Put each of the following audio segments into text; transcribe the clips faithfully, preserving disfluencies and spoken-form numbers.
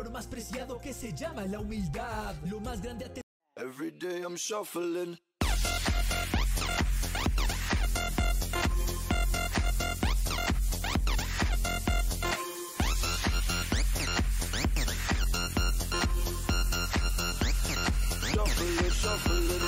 tesoro más preciado que se llama la humildad. Lo más grande a Every day I'm shuffling. Shuffling, shuffling.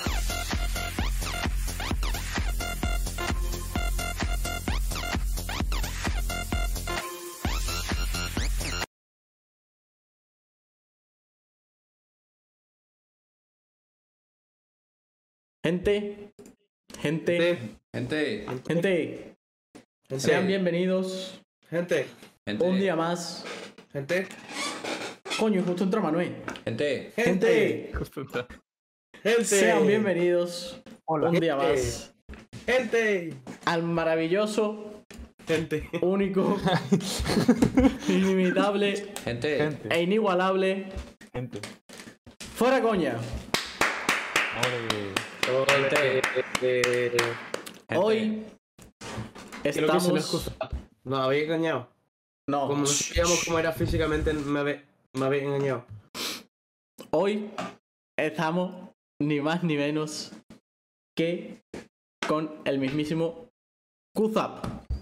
Gente, gente, Gente, gente, sean bienvenidos Gente, gente, un día más. gente, Coño, justo entró Manuel. gente, Gente, gente. sean bienvenidos Hola, un día gente. más Gente, al maravilloso, gente, único, inimitable gente, e inigualable Gente. Fuera Coña. Ole. Ole, eh, Hoy creo que se me estamos... excusa. Nos habéis engañado. No, Como no sabíamos cómo era físicamente, me habéis, me habéis engañado. hoy estamos ni más ni menos que con el mismísimo Q-Zap.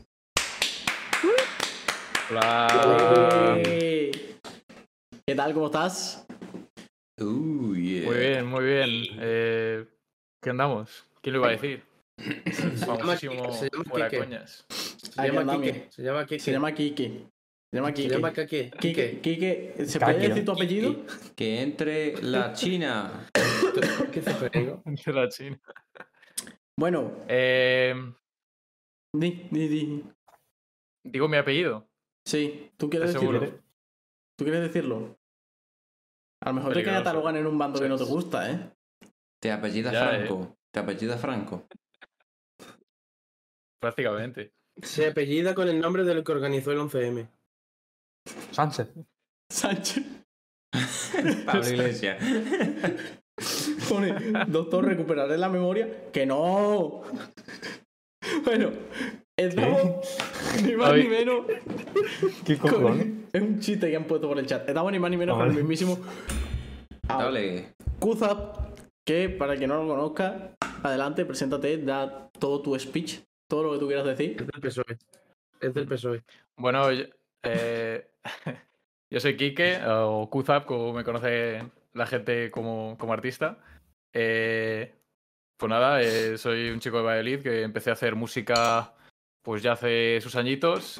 Hola. ¡Eh! ¿Qué tal? ¿Cómo estás? uh, yeah. Muy bien, muy bien. Eh, ¿Qué andamos? ¿Quién lo iba a decir? Famosísimo se llama fuera Quique. coñas. Se Ahí llama andamos. Kike. Se llama Kike. Se llama Kike. Se llama Se Kike. llama Kike. Kike. Kike. ¿Se puede Kike. decir tu apellido? Que entre la China. ¿Qué se pegó? De la China. Bueno, Eh, di, di, di. digo mi apellido. Sí, ¿tú quieres ¿Estás decirlo? seguro? ¿Tú quieres decirlo? A lo mejor te Peligroso. catalogan en un bando que no te Sí. gusta, ¿eh? Te apellida Ya, Franco. Te apellida Franco. Prácticamente. Se apellida con el nombre del que organizó el once eme. Sánchez. Sánchez. Pablo Iglesias. Pone, doctor, recuperaré la memoria. ¡Que no! Bueno, estamos ni más Ay. ni menos. ¿Qué con- Es un chiste que han puesto por el chat. Estamos ni más ni menos con el mismísimo Dale. Q-Zap, que para el que no lo conozca, adelante, preséntate, da todo tu speech, todo lo que tú quieras decir. Es del P S O E. Es del P S O E. Bueno, yo, eh, yo soy Quique, o Q-Zap, como me conoce la gente como, como artista. Eh, pues nada, eh, soy un chico de Valladolid que empecé a hacer música pues ya hace sus añitos.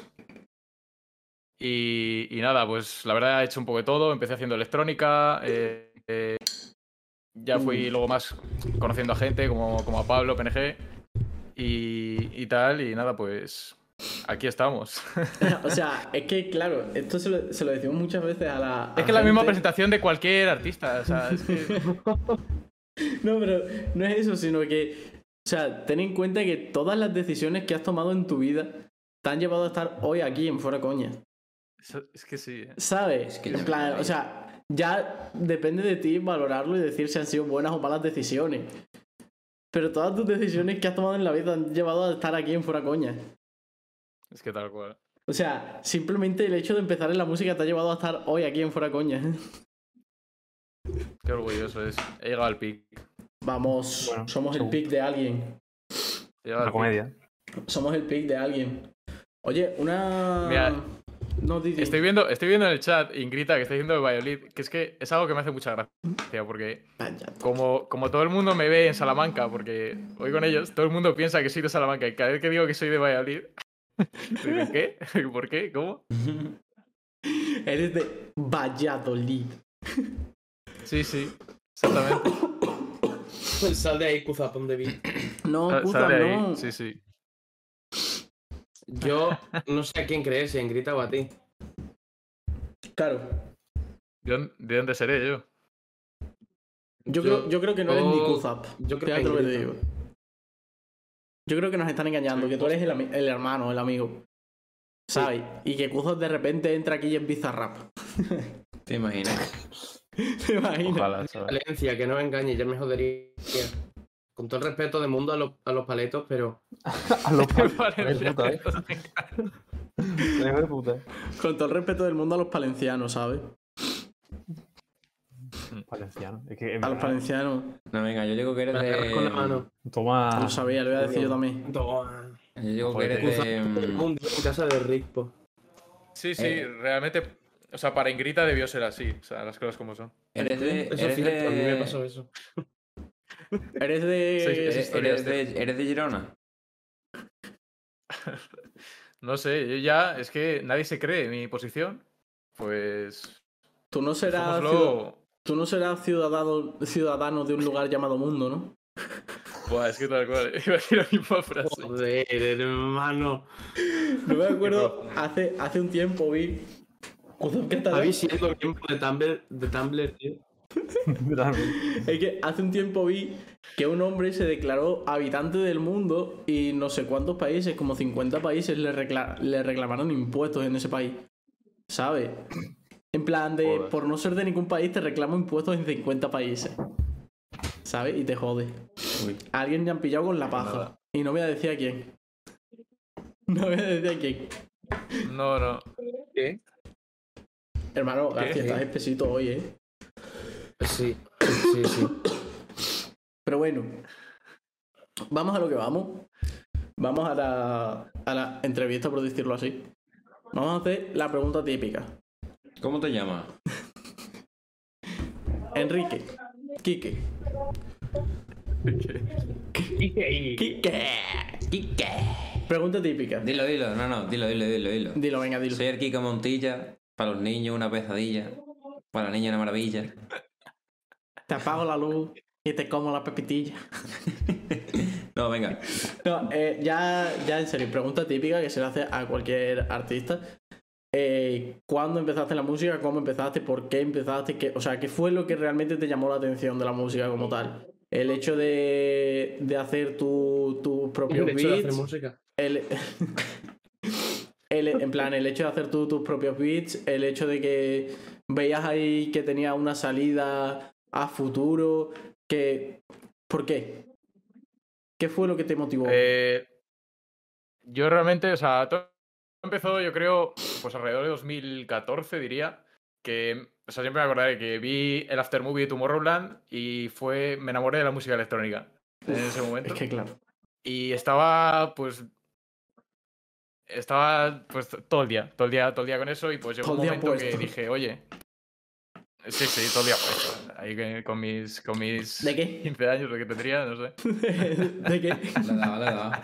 Y, y nada, pues la verdad he hecho un poco de todo. Empecé haciendo electrónica, eh, eh, ya fui luego más conociendo a gente como, como a Pablo, P N G y, y tal. Y nada, pues aquí estamos. O sea, es que, claro, esto se lo, se lo decimos muchas veces a la. a Es que es la misma gente. presentación de cualquier artista. O sea, es que... No, pero no es eso, sino que. O sea, ten en cuenta que todas las decisiones que has tomado en tu vida te han llevado a estar hoy aquí en Fuera Coña. Eso- Es que sí. ¿eh? ¿Sabes? Es que en ya me plan, cago. o sea, ya depende de ti valorarlo y decir si han sido buenas o malas decisiones. Pero todas tus decisiones que has tomado en la vida te han llevado a estar aquí en Fuera Coña. Es que tal cual. O sea, simplemente el hecho de empezar en la música te ha llevado a estar hoy aquí en Fuera Coña. Qué orgulloso es. He llegado al pic. Vamos, Bueno, somos el seguro. pick de alguien. He llegado al Una pic. comedia. Somos el pick de alguien. Oye, una... Mira, no, Didi. Estoy viendo, estoy viendo en el chat, Ingrita, que está diciendo de Valladolid, que es que es algo que me hace mucha gracia, porque Vaya. como, como todo el mundo me ve en Salamanca, porque voy con ellos, todo el mundo piensa que soy de Salamanca, y cada vez que digo que soy de Valladolid, dicen, ¿qué? ¿Por qué? ¿Cómo? Eres de Valladolid. Sí, sí, exactamente. Sal de ahí, Q-Zap, donde vi. No, Sal- puta, sal de ahí, no. sí, sí. Yo no sé a quién creer, si a Ingrita o a ti. Claro. ¿De dónde, de dónde seré yo? Yo, creo, yo creo que no eres ni yo- Q-Zap. yo creo Fíjate que lo que te Ingrita. digo. Yo creo que nos están engañando, Sí, que tú eres el, ami- el hermano, el amigo. ¿Sabes? Y que Q-Zap de repente entra aquí y empieza a rap. ¿Te imaginas? ¿Te imaginas? Ojalá, ¿sabes? Valencia, que no me engañe, ya me jodería. Con todo el respeto del mundo a los, a los paletos, pero A los Valencia, puta, eh. Hijo de puta. Con todo el respeto del mundo a los palencianos, ¿sabes? Valenciano. Es que, A los valencianos. No, venga, yo digo que eres Me agarras con la de. mano. Toma. Lo sabía, lo voy a decir yo también. Toma. Yo digo que Joder, eres de. Un día en casa de Rickpo. Sí, sí, Eh. realmente. O sea, para Ingrita debió ser así. O sea, las cosas como son. Eres de. Eso Eres fíjate, a mí me de. pasó eso. Eres de. Sí, sí, Eres, historia eres este. de, eres de Girona. No sé, yo ya. Es que nadie se cree mi posición. Pues. Tú no serás, ciudad- Dejémoslo. tú no serás ciudadano, ciudadano de un lugar llamado Mundo, ¿no? Buah, es que tal cual. Iba a decir la misma frase. Joder, hermano. No me acuerdo, hace, hace un tiempo vi. ¿Qué tal? Javi siendo miembro de Tumblr, de Tumblr, tío. Es que hace un tiempo vi que un hombre se declaró habitante del mundo y no sé cuántos países, como cincuenta países, le, recla- le reclamaron impuestos en ese país. ¿Sabes? En plan de, Joder. por no ser de ningún país, te reclamo impuestos en cincuenta países. ¿Sabes? Y te jode. Uy. A alguien le han pillado con la paja. Nada. Y no voy a decir a quién. No voy a decir a quién. No, no. ¿Qué? Hermano, García, ¿Qué? estás espesito hoy, ¿eh? Sí, sí, sí. Pero bueno, vamos a lo que vamos. Vamos a la, a la entrevista, por decirlo así. Vamos a hacer la pregunta típica. ¿Cómo te llamas? Enrique, Quique, Quique, Quique. Pregunta típica. Dilo, dilo, no, no, dilo, dilo, dilo, dilo. Dilo, venga, dilo. Soy el Kiko Montilla. Para los niños una pesadilla. Para la niña una maravilla. Te apago la luz y te como la pepitilla. No, venga. No, eh, ya, ya en serio, pregunta típica que se le hace a cualquier artista. Eh, ¿Cuándo empezaste la música? ¿Cómo empezaste? ¿Por qué empezaste? ¿Qué, o sea, ¿qué fue lo que realmente te llamó la atención de la música como tal? El hecho de, de hacer tu- tus propios El hecho de hacer beats. música. El, el- en plan, el hecho de hacer tú tus propios beats. El hecho de que veías ahí que tenía una salida a futuro. Que, ¿por qué? ¿Qué fue lo que te motivó? Eh, yo realmente, o sea, todo empezó, yo creo, pues alrededor de dos mil catorce, diría. Que, o sea, siempre me acordaré que vi el aftermovie de Tomorrowland y fue, me enamoré de la música electrónica en ese momento. Es que claro. Y estaba, pues. Estaba, pues, todo el día, todo el día, todo el día con eso. Y pues llegó Todo un el día momento que puesto. dije, oye. Sí, sí, todo el día puesto. Ahí que- con mis, con mis ¿De qué? quince años, lo que tendría, no sé. ¿De qué? Le daba, le daba.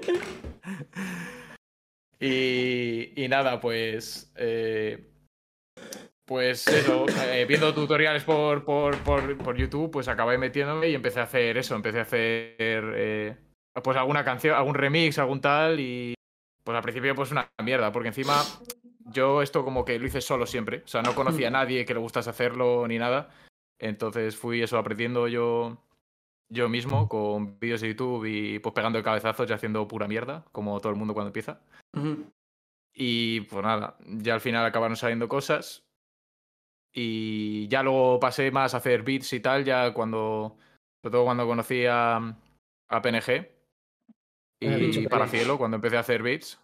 Y, y nada, pues. eh, pues eso, eh, viendo tutoriales por, por, por, por YouTube, pues acabé metiéndome y empecé a hacer eso. Empecé a hacer. eh, pues alguna canción, algún remix, algún tal. Y pues al principio, pues una mierda, porque encima yo esto como que lo hice solo siempre. O sea, no conocía a nadie que le gustase hacerlo ni nada. Entonces fui eso aprendiendo yo. Yo mismo, con vídeos de YouTube y pues pegando cabezazos y haciendo pura mierda, como todo el mundo cuando empieza. Ujú. Y pues nada, ya al final acabaron saliendo cosas. Y ya luego pasé más a hacer beats y tal, ya cuando. Sobre todo cuando conocí a, a P N G. Has dicho Y para P N G. Cielo, cuando empecé a hacer beats.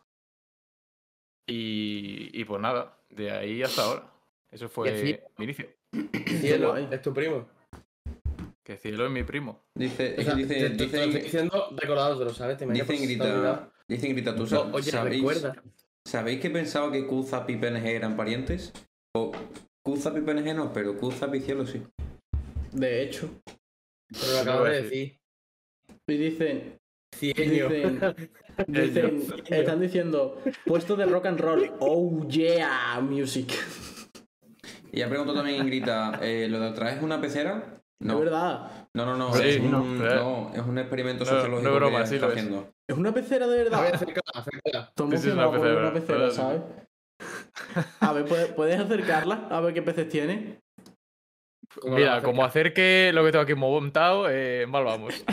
Y, y pues nada, de ahí hasta ahora. Eso Y fue así- mi inicio. Cielo, guay. es tu primo. Que Cielo es mi primo. Dice, O es sea, que te, dice, te- te lo estoy dicen, diciendo recordádotelo, ¿sabes? Te imaginas dicen por si te ha olvidado. grita, dicen grita, tú O- sabes, Oye, ¿sabéis, recuerda. ¿sabéis que pensaba que Q-Zap y P N G eran parientes? O Q-Zap y P N G no, pero Q-Zap y Cielo sí. De hecho. Pero lo acabo de decir. Y dicen. Cieño. Dicen. Dicen. Están diciendo. Puesto de rock and roll. Oh yeah, music. Y ya preguntó también Grita, eh, ¿lo de atrás es una pecera? No. Es verdad. No, no, no, Sí, es un, no, no, es un experimento no, sociológico no es broma, que sí está lo es. haciendo. Es una pecera de A ver, verdad. acércala, acércala. Estoy Sí, sí, es emocionado una por ver pecera, una pecera, verdad, sí. ¿sabes? A ver, ¿puedes, ¿puedes acercarla? A ver qué peces tiene. Como Mira, la como acerca. acerque lo que tengo aquí montado, eh, mal vamos.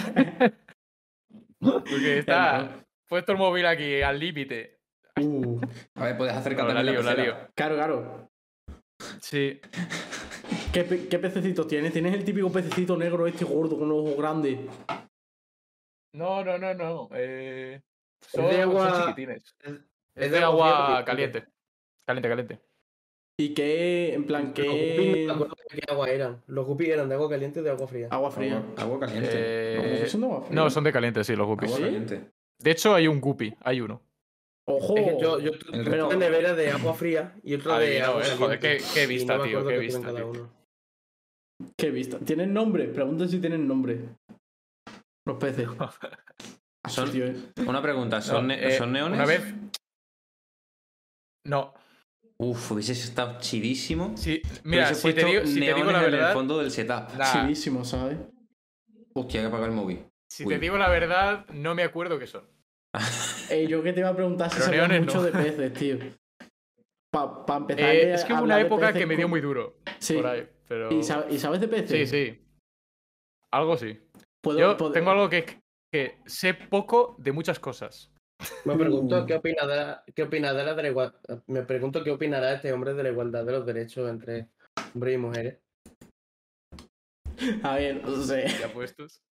Porque está Hermano. puesto el móvil aquí al límite. Uh, A ver, puedes acercarte No, la a la lío, la pecera. lío. claro, claro. Sí. ¿Qué, pe- ¿Qué pececito tienes? ¿Tienes el típico pececito negro este gordo con los ojos grandes? No, no, no, no. Eh, son, de agua- son chiquitines. Es Es de agua caliente. Caliente, caliente. ¿Y qué, en plan, Los guppies qué no me acuerdo de qué agua eran. Los guppies eran de agua caliente o de agua fría. agua fría? Agua, agua caliente. Eh, ¿Son de agua fría? no, son de caliente, sí, los guppies. Agua ¿Sí? caliente. De hecho, hay un guppy, hay uno. ¡Ojo! Es que yo, yo tuve El una resto- nevera de agua fría y otro de Adivino, agua eh, caliente. joder, qué- qué Y vista, no me tío, acuerdo qué qué tuven vista, cada tío. uno. ¿Qué vista? ¿Tienen nombre? Pregunten si tienen nombre. Los peces. Así, Son- tío, eh. Una pregunta, ¿son, No, ne- eh, ¿son neones? Una vez. No. Uf, hubiese estado chidísimo. Sí, mira, Hubiese si te, puesto digo, si te digo neones la en el verdad. fondo del setup. Nah, Chidísimo, ¿sabes? Hostia, hay que apagar el móvil. si Uy. te digo la verdad, no me acuerdo qué son. Eh, yo que te iba a preguntar si Pero sabías neones mucho no. de peces, tío. Para pa empezar Eh, a es que hubo hablar una de época peces que me dio con- muy duro. Sí. Por ahí, pero. ¿Y, sab- y sabes de peces? Sí, sí. Algo sí. ¿Puedo, Yo puedo- tengo algo que, que sé poco de muchas cosas. Me pregunto Uh. qué opinará, qué opinará de la igual- me pregunto qué opinará este hombre de la igualdad de los derechos entre hombres y mujeres. A ver, no sé. Ya puestos.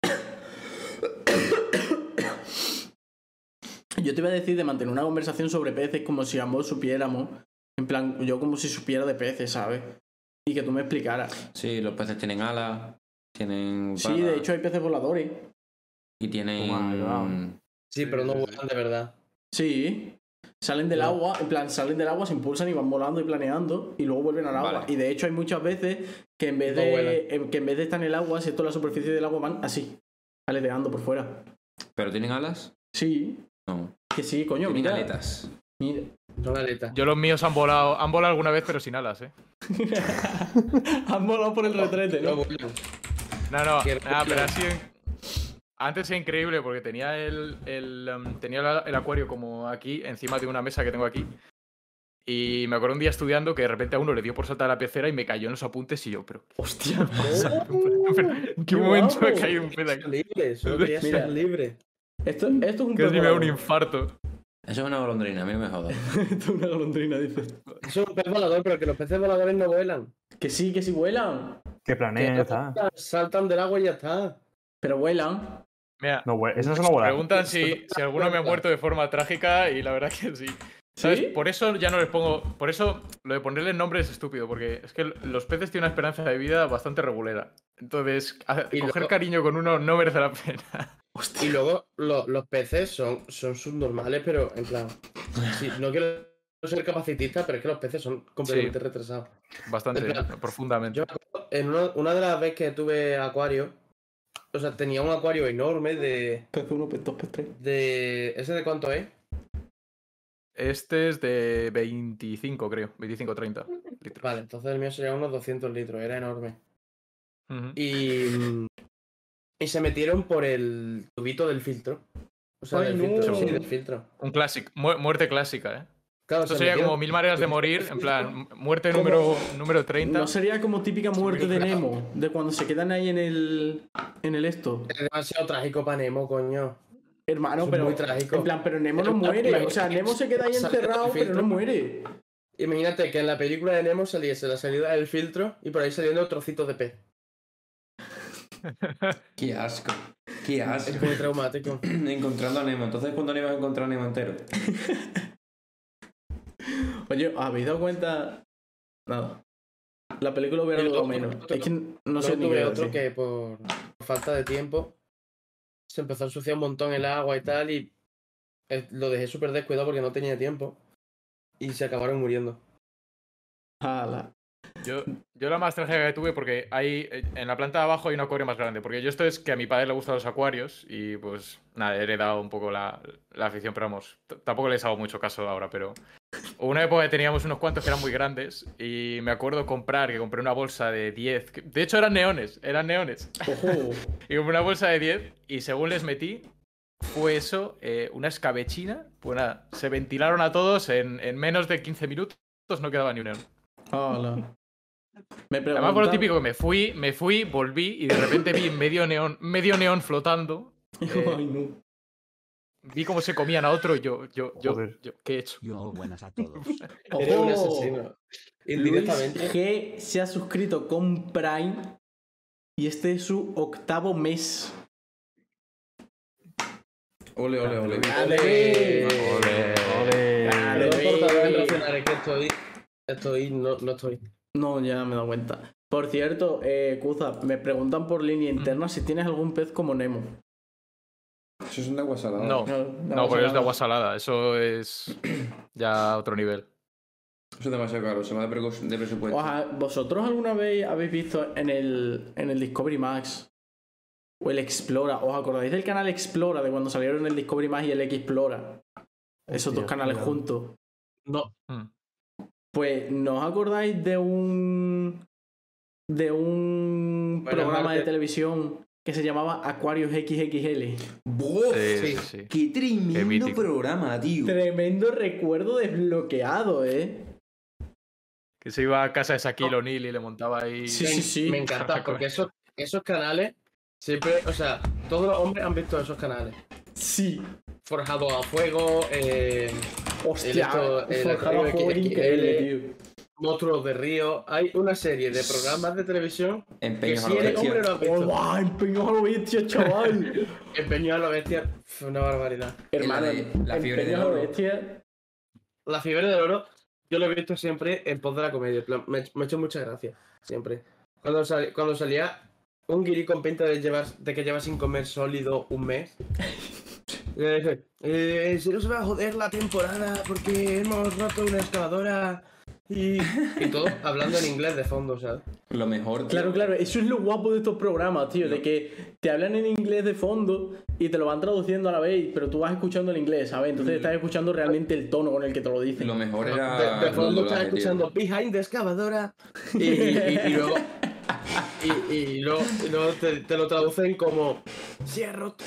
Yo te iba a decir de mantener una conversación sobre peces como si ambos supiéramos. En plan, yo como si supiera de peces, ¿sabes? Y que tú me explicaras. Sí, los peces tienen alas, tienen... Sí, patas de hecho hay peces voladores. Y tienen... Oh my God. Sí, Sí, pero no sí, vuelan de verdad. Sí. Salen del No. agua, en plan, salen del agua, se impulsan y van volando y planeando y luego vuelven al agua. Vale. Y de hecho hay muchas veces que en vez No vuelan. de en- que en vez de estar en el agua, si esto es la superficie del agua, van así, aleteando por fuera. ¿Pero tienen alas? Sí, No. que sí, coño, Tienen mira. aletas. Mira. Son aletas. Yo los míos han volado, han volado alguna vez, pero sin alas, ¿eh? Han volado por el retrete, No ¿no? vuelan. No, no, Qué nada, pero rico. así. Antes era increíble porque tenía el, el, um, tenía la- el acuario como aquí, encima de una mesa que tengo aquí. Y me acuerdo un día estudiando que de repente a uno le dio por saltar a la pecera y me cayó en los apuntes y yo, pero. Hostia. pero ¿En qué Qué momento me ha guapo. caído un pez aquí? Ser libre, solo quería Mira. ser libre. Esto, esto es un pez Casi me da un volador. infarto. Eso es una golondrina, a mí no me jodas. Esto es una golondrina, dice. Eso es un pez volador, pero que los peces voladores no vuelan. Que sí, que sí vuelan. ¿Qué Que planeta? no saltan del agua y ya está. Pero vuelan. Mira, No, hue- eso no es una bola. preguntan si, si alguno me ha muerto de forma trágica y la verdad que sí. ¿Sabes? ¿Sí? Por eso ya no les pongo. Por eso lo de ponerle nombre es estúpido, porque es que los peces tienen una esperanza de vida bastante regulera. Entonces, a- Y coger luego- cariño con uno no merece la pena. Y luego lo- los peces son, son subnormales, pero en plan. Sí, no quiero ser capacitista, pero es que los peces son completamente retrasados. Bastante, En plan, profundamente. Yo me acuerdo, en una, una de las veces que tuve acuario, o sea, tenía un acuario enorme de. Pez uno, pez dos, pez tres. de ¿Ese de cuánto es? Este es de veinticinco, creo. veinticinco treinta litros. Vale, entonces el mío sería unos doscientos litros, era enorme. Ujú. Y. mm, Y se metieron por el tubito del filtro. O sea, Ay, del no. filtro, sí, del filtro. Un clásico. mu- muerte clásica, ¿eh? Claro, Esto se sería metieron- como mil maneras de morir. En plan, muerte ¿Cómo? número, número treinta. No sería como típica muerte de claro. Nemo, de cuando se quedan ahí en el. en el esto. Es demasiado trágico para Nemo, coño. Hermano, Es pero. muy trágico. En plan, pero Nemo no Pero, muere. O sea, Nemo se queda ahí sale del encerrado, pero filtro. no muere. Imagínate que en la película de Nemo saliese la salida del filtro y por ahí saliendo trocitos de pez. Qué asco. Qué Es asco. muy traumático. Encontrando a Nemo. Entonces, ¿cuándo no ibas a encontrar a Nemo entero? Oye, ¿os habéis dado cuenta? Nada. La película hubiera Y durado luego- menos. otro- Es que no Luego sé ni qué tuve otro decir. que por falta de tiempo se empezó a ensuciar un montón el agua y tal y eh, lo dejé súper descuidado porque no tenía tiempo y se acabaron muriendo. Ala. Yo, yo la más trágica que tuve, porque hay en la planta de abajo hay un acuario más grande. Porque yo esto es que a mi padre le gustan los acuarios y pues nada, he heredado un poco la, la afición, pero vamos, t- tampoco les hago mucho caso ahora, pero hubo una época que teníamos unos cuantos que eran muy grandes y me acuerdo comprar, que compré una bolsa de diez, que- de hecho eran neones, eran neones. Ojo. Y compré una bolsa de diez y según les metí, fue eso, eh, una escabechina. Pues nada, se ventilaron a todos en, en menos de quince minutos, no quedaba ni un neón. Ala. Me Además, por lo preguntan- típico que me fui, me fui, volví y de repente vi medio neón, medio neón flotando. eh, Ay, no. vi cómo se comían a otro y yo, yo, yo, Joder. yo, ¿qué he hecho? Yo, buenas a todos. Eres un Ojo. asesino. Luis Indirectamente. G se ha suscrito con Prime y este es su octavo mes. Ole, ole, ole. ¡Dale! Ole. Dale. No importa, voy a racionar, es que estoy Estoy, no, no estoy. No, ya me he dado cuenta. Por cierto, eh, Kuza, me preguntan por línea interna si tienes algún pez como Nemo. Eso es un de agua salada. No, No, no, porque es de agua salada. Eso es ya otro nivel. Eso es demasiado caro, se va de, precu- de presupuesto. Oja, ¿vosotros alguna vez habéis visto en el, en el Discovery Max o el Explora? ¿Os acordáis del canal Explora de cuando salieron el Discovery Max y el Explora? Esos Hostia, dos canales cuidado. juntos. No. Mm. Pues, ¿no os acordáis de un. de un Bueno, programa Marte. de televisión que se llamaba Aquarius equis equis ele? ¡Bof! Sí, Sí. sí, sí. ¡Qué tremendo mítico. programa, tío! Tremendo recuerdo desbloqueado, ¿eh? Que se iba a casa de Shaquille O'Neal y le montaba ahí. Sí, me, sí, sí. me encanta, porque esos, esos canales siempre, o sea, todos los hombres han visto esos canales. Sí. Forjado a fuego, eh, Hostia, esto, el Forjado a Aquarius Fuego es equis equis increíble, ele, tío. Monstruos de Río. Hay una serie de programas de televisión que Empeños a si lo eres hombre bestia. lo has visto. ¡Oh, va! Empeños a lo bestia, chaval. Empeño a la bestia, fue una barbaridad. Hermano, de La Fiebre Empeños del a lo Oro. bestia. La fiebre del oro, yo lo he visto siempre en pos de la comedia. en plan, Me, me ha hecho mucha gracia, siempre. Cuando, sal- cuando salía un guiri con pinta de, llevar, de que lleva sin comer sólido un mes. Y le dice, eh, si no se va a joder la temporada porque hemos roto una excavadora. Y, y todo hablando en inglés de fondo, ¿sabes? Lo mejor, tío. Claro, claro, eso es lo guapo de estos programas, tío, de que te hablan en inglés de fondo y te lo van traduciendo a la vez, pero tú vas escuchando el inglés, ¿sabes? Entonces estás escuchando realmente el tono con el que te lo dicen. Lo mejor era. De, de el fondo doblaje, estás tío. escuchando Behind the excavadora. Y, y- y luego. Y, y luego, y luego te, te lo traducen como. Se ha roto.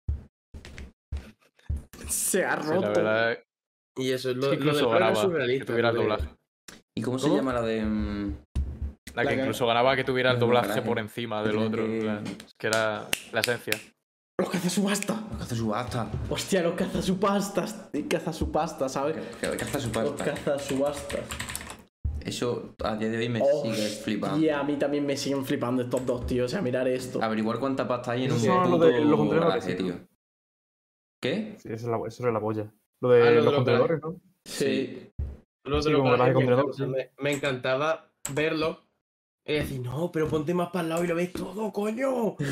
Se ha Sí, roto. la verdad, Y eso es lo, es que lo del incluso programa ganaba que surrealista. tuviera el porque- doblaje. ¿Y cómo se ¿Cómo? llama la de.? mm, La La que que- incluso ganaba que tuviera el el doblaje doblaje. por encima del Tiene otro. que- en plan, es que era la esencia. Los cazasubasta. Caza subasta. Hostia, los cazasubastas. Cazasubastas, ¿sabes? Caza Los subasta. cazasubastas. Eso a día de hoy me Oh, sigue flipando. y a mí también me siguen flipando estos dos, tío. O sea, mirar esto. Averiguar cuánta pasta hay en un Eso son puto lo de los contenedores, garaje, sí. tío. ¿Qué? Sí, eso, es la, eso era la polla. Lo de Ah, lo de los los contenedores, ¿no? Sí. Lo de Sí, los como garaje garajes, me, contenedor, encanta, me, me encantaba verlo. Y decir, no, pero ponte más para el lado y lo ves todo, coño. O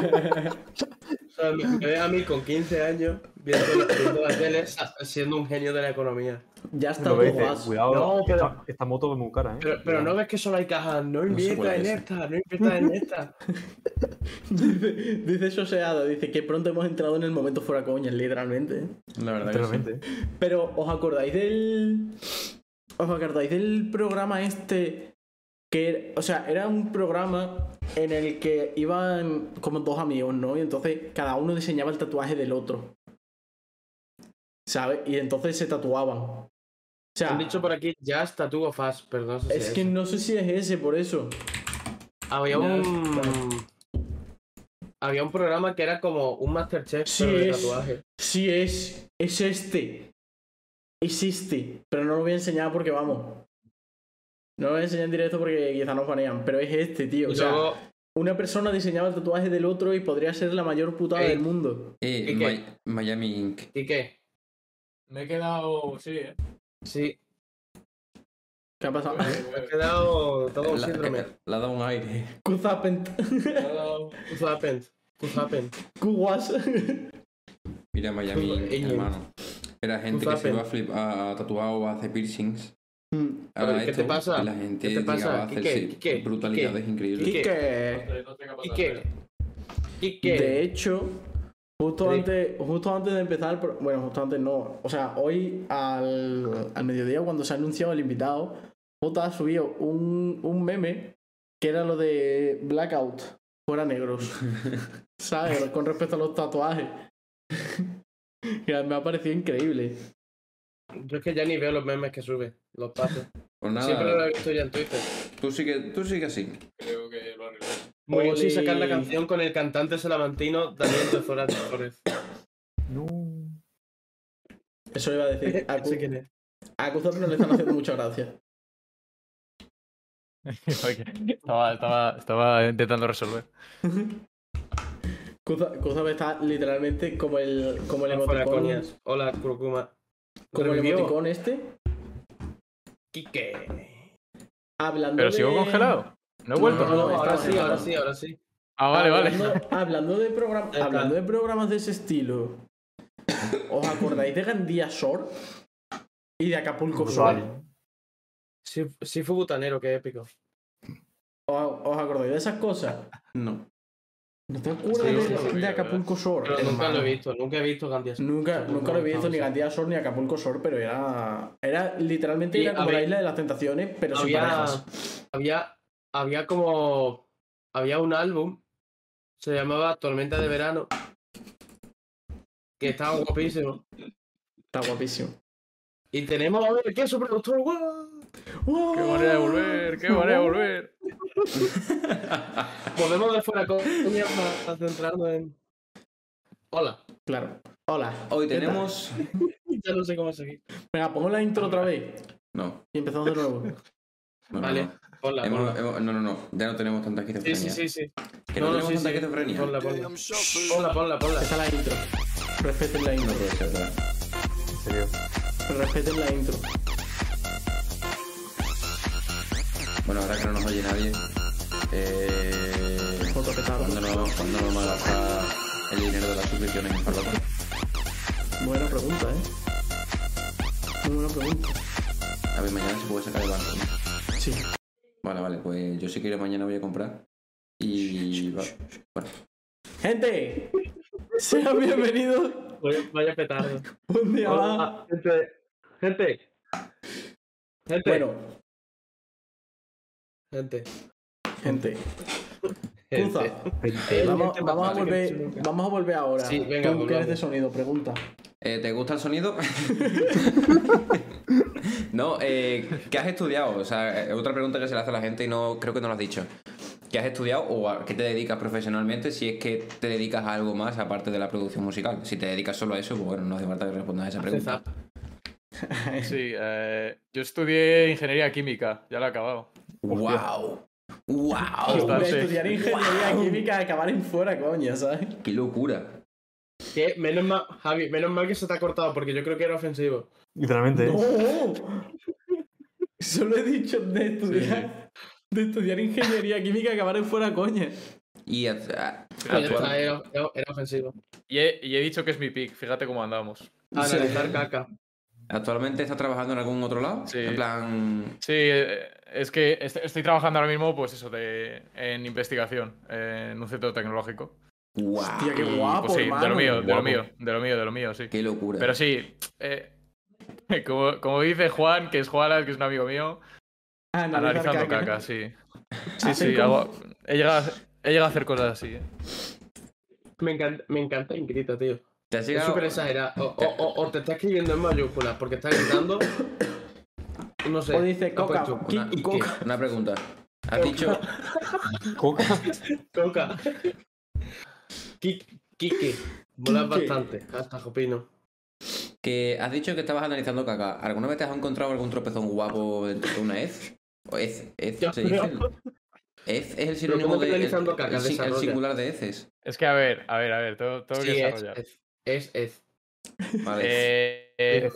sea, me, me ves a mí con quince años viendo, viendo la tele sa- siendo un genio de la economía. Ya está Lo ves, todo dices, vas. cuidado, No, pero- esta, esta moto es muy cara, ¿eh? Pero, pero no ves que solo hay cajas, no inviertas cuál en es. esta, no inviertas en esta. Dice, dice Soseado, dice que pronto hemos entrado en el momento fuera coña, literalmente. La verdad que sí. Literalmente. Pero, ¿os acordáis del. ¿Os acordáis del programa este? Que, o sea, era un programa en el que iban como dos amigos, ¿no? Y entonces cada uno diseñaba el tatuaje del otro. ¿Sabes? Y entonces se tatuaban. O sea, Han dicho por aquí, Just Tattoo of Us, pero no sé si es es que ese. no sé si es ese, por eso. Había No, un... Había un programa que era como un Masterchef, Sí pero de es. tatuaje. Sí es. Es este. Es este. Pero no lo voy a enseñar porque vamos. No lo voy a enseñar en directo porque quizá nos banean. Pero es este, tío. O Y sea, luego, una persona diseñaba el tatuaje del otro y podría ser la mayor putada Ey. del mundo. Eh, ¿Y qué? Mi- Miami Inc. ¿y qué? Me he quedado. Sí, ¿eh? Sí, ¿Qué ha pasado? me he quedado todo un La, síndrome. le ha dado un aire. Kuzapent. What happened? What happened? Kuwas. Mira Miami Inc, Ey, hermano. Era gente que se Zappen. iba a, flip, a, a tatuar o a hacer piercings. A Pero, ¿qué te esto, pasa? Y la gente ¿Qué te pasa? llegaba a ¿Qué, hacerse qué, qué? brutalidades ¿Qué? increíbles. Kike. ¿Y qué? ¿Y qué? De hecho, justo Sí. antes, justo antes de empezar, el pro- bueno, justo antes no, o sea, hoy al, al mediodía cuando se ha anunciado el invitado, Jota ha subido un, un meme que era lo de Blackout, fuera negros, ¿sabes? Con respecto a los tatuajes. Que me ha parecido increíble. Yo es que ya ni veo los memes que sube, los pasos. Pues nada, Siempre lo he visto ya en Twitter. tú sigue, tú sigue así. Creo que lo arreglé. Murió sin Oli. sacar la canción con el cantante salamantino Daniel de Zora Torres. No. Eso iba a decir. A, No sé quién Cu- es. a Kuzap no le están haciendo mucha gracia. estaba, estaba, estaba intentando resolver. Kuzap Kuzap está literalmente como el, como el Fuera emoticón. coñas. Hola, Kurokuma. Como el Revivió. emoticón este. Quique. Hablando Pero de... sigo congelado. No he vuelto. No, no, ahora está sí, ahora congelado. sí, ahora sí. Ah, vale, vale. hablando, hablando de program- está. hablando de programas de ese estilo, ¿os acordáis de Gandía Shore? Y de Acapulco Brutal. Shore. Sí, sí fue butanero, qué épico. ¿Os, os acordáis de esas cosas? No. ¿No te acuerdas Sí, de, sí, sí, de la Acapulco Shore? Pero nunca hermano? lo he visto, nunca he visto Gandía. Nunca, nunca lo he visto ni Gandía Shore ni Acapulco Shore, pero era. Era literalmente Y era como había- la isla de las tentaciones, pero sin Había, parejas. había, había como. Había un álbum, se llamaba Tormenta de Verano, que estaba guapísimo. Está guapísimo. Y tenemos a ver qué es su productor. ¡Guau! Qué manera de volver, qué manera de volver. Volvemos de fuera coña para centrarnos en. Hola. Claro. Hola. Hoy ¿qué tal? tenemos. Ya no sé cómo seguir. Venga, pongo la intro otra vez No. y empezamos de nuevo. no, no, Vale. no. Hola, Hemos- hola. hemos- no, no, no. Ya no tenemos tanta Sí, esquizofrenia. sí, sí, sí. Que no, No, no, tenemos sí, tanta sí. esquizofrenia. Ponla, Day ponla. I'm shuffling. Ponla, ponla, ponla. Esta es la intro. Respeten la No intro. puede ser, ¿verdad? En serio. Respeten la intro. Bueno, ahora que no nos oye nadie, eh, Foto que estaba. ¿cuándo nos, cuándo nos van a gastar el dinero de las suscripciones en Farlopa? Buena pregunta, ¿eh? Muy buena pregunta. A ver, mañana se puede sacar el banco, ¿no? Sí. Vale, vale, pues yo si quiero mañana voy a comprar. Y... va- Bueno, Gente, sean bienvenidos Vaya- Vaya petardo. un día más. Hola, gente. Gente. Gente. Bueno, Gente. gente, Gente. Cuza, Gente. vamos, gente vamos a más fácil que volver, nunca. vamos a volver ahora. Sí, venga, ¿Tú qué eres volvamos. de sonido? Pregunta. eh, ¿te gusta el sonido? No, eh, ¿qué has estudiado? O sea, es otra pregunta que se le hace a la gente y no creo que no lo has dicho. ¿Qué has estudiado o a qué te dedicas profesionalmente si es que te dedicas a algo más aparte de la producción musical? Si te dedicas solo a eso, pues bueno, no hace falta que respondas a esa pregunta. Sí, eh, yo estudié ingeniería química, ya lo he acabado. ¡Wow! ¡Wow! Bastante. De estudiar ingeniería química y acabar en fuera, coña, ¿sabes? ¡Qué locura! Que menos mal, Javi, menos mal que se te ha cortado porque yo creo que era ofensivo. Literalmente. ¿eh? ¡No! Solo he dicho de estudiar, de estudiar ingeniería química y acabar en fuera, coña. Y a- a- Pero ya actual- está, era, era- era ofensivo. Y he, y he dicho que es mi pick, fíjate cómo andamos. Analizar caca. ¿actualmente estás trabajando en algún otro lado? Sí. En plan... Sí, eh, es que est- estoy trabajando ahora mismo, pues eso, de, en investigación, eh, en un centro tecnológico. ¡Wow! Hostia, qué Y, guapo, pues sí, de hermano. lo mío, de lo Guapo. mío, de lo mío, de lo mío, sí. ¡Qué locura! Pero sí, eh, como, como dice Juan, que es Juanas, que es un amigo mío, Analizar analizando caca. caca, sí. Sí, Hacer sí, como- hago- he, llegado a, he llegado a hacer cosas así. eh. Me encanta, me encanta Ingrita, tío. ¿Te has Es llegado- súper exagerado. O, o, o, o te está escribiendo en mayúsculas porque está gritando. No sé. O dice ha coca, puesto ki- una- coca. Una pregunta. Has dicho... Coca. Coca. Kik- Kike. Mola Kike. bastante. Hasta Jopino. Que has dicho que estabas analizando caca. ¿Alguna vez te has encontrado algún tropezón guapo dentro de una hez? ¿O hez? ¿Hez Yo se dice? creo- ¿Hez es el sinónimo ¿cómo que de... El, analizando caca? el sin- el Desarrolla. singular de heces? Es que, a ver, a ver, a ver, tengo, tengo que Sí, es, desarrollar. es, es, es. Vale. Eh, eh,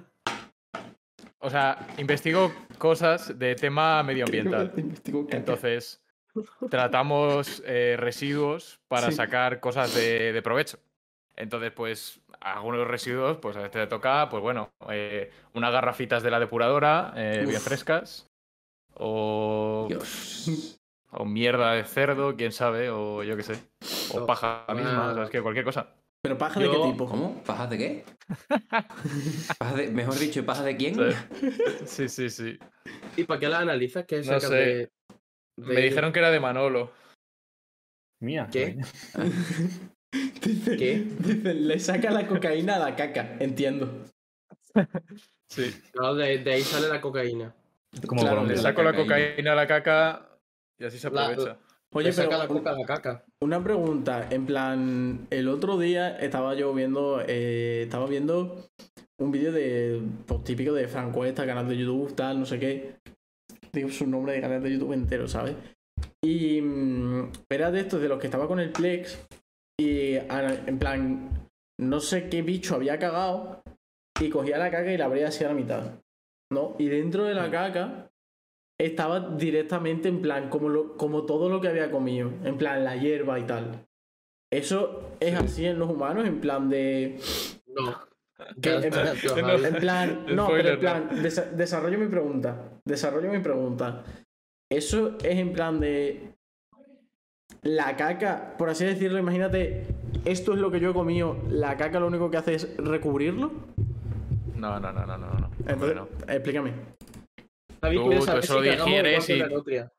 o sea, investigo cosas de tema medioambiental. Investigo caca. Entonces, tratamos eh, residuos para Sí. sacar cosas de, de provecho. Entonces, pues, algunos residuos, pues a este le toca, pues bueno, eh, unas garrafitas de la depuradora, eh, bien Uf. frescas. O, Dios. o mierda de cerdo, quién sabe, o yo qué sé. O No. paja misma, Ah. o sea, es que cualquier cosa. ¿Pero paja de Yo- qué tipo? ¿Cómo? ¿Pajas de qué? ¿Pajas de... Mejor dicho, ¿pajas de quién? Sí, sí, sí. ¿Y para qué la analizas? ¿Qué No sacas sé. de, de- Me dijeron que era de Manolo. Mía. ¿Qué? Dice, ¿Qué? dice, le saca la cocaína a la caca. Entiendo. Sí. Claro, de, de ahí sale la cocaína. Como Claro, Colombia. Le la saco la cocaína. cocaína a la caca y así se La- aprovecha. Oye, Le saca pero la coca a la caca. una pregunta. En plan, el otro día estaba yo viendo, eh, estaba viendo un vídeo de, pues, típico de Franco Esta, canal de YouTube, tal, no sé qué. Digo su nombre de canal de YouTube entero, ¿sabes? Y mm, era de estos de los que estaba con el Plex y a- en plan, no sé qué bicho había cagado y cogía la caca y la abría así a la mitad. ¿no? Y dentro de la caca estaba directamente en plan, como, lo, como todo lo que había comido, en plan la hierba y tal. ¿Eso es así en los humanos? En plan de... No. que- en, No, en plan... No, Spoiler, pero en plan... desa- desarrollo mi pregunta. Desarrollo mi pregunta. ¿Eso es en plan de... la caca, por así decirlo, imagínate, esto es lo que yo he comido, la caca lo único que hace es recubrirlo? No, no, no, no, no. no. Entonces, no. explícame. David Tú- quiere tú saber eso si lo cagamos igual digieres que y- una nutria.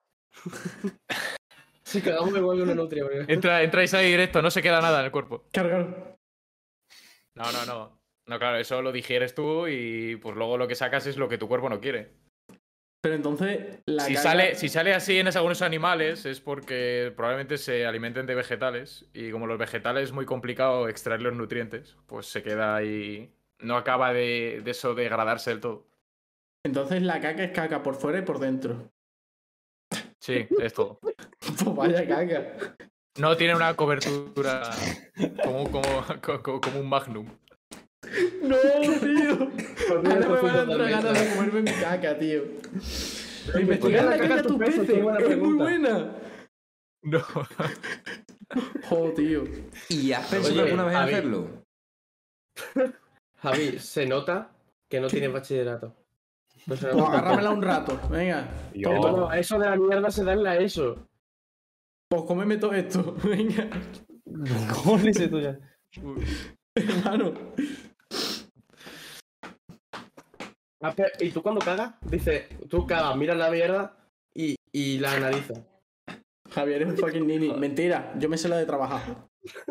Si cagamos igual que una nutria, bro. Entra, entra y sale directo, no se queda nada en el cuerpo. Cargar. No, no, no. No, claro, eso lo digieres tú y pues luego lo que sacas es lo que tu cuerpo no quiere. Pero entonces, la Si caca... sale, si sale así en algunos animales es porque probablemente se alimenten de vegetales y como los vegetales es muy complicado extraer los nutrientes, pues se queda ahí... No acaba de, de eso degradarse del todo. Entonces la caca es caca por fuera y por dentro. Sí, es todo. Pues vaya caca. No tiene una cobertura como, como, como, como un magnum. No, tío. Pues Ahora me van a entrar totalmente. ganas de comerme mi caca, tío. Oye, Investigar la ¿por qué caca de tus peces? peces. Qué buena Es muy pregunta. buena. No. Jo, tío. ¿Y has pensado Oye, alguna vez en Javi. hacerlo? Javi, se nota que no tienes bachillerato. No se Pues nota. agárramela un rato. Venga. Yo- Pero bueno, eso de la mierda se da en la ESO. Pues cómeme todo esto. Venga. ¿Cómo le hice tú ya? Hermano. Ah, pero- Y tú cuando cagas, dices, tú cagas, miras la mierda y, y la analizas. Javier es un fucking nini. Mentira, yo me sé la de trabajar.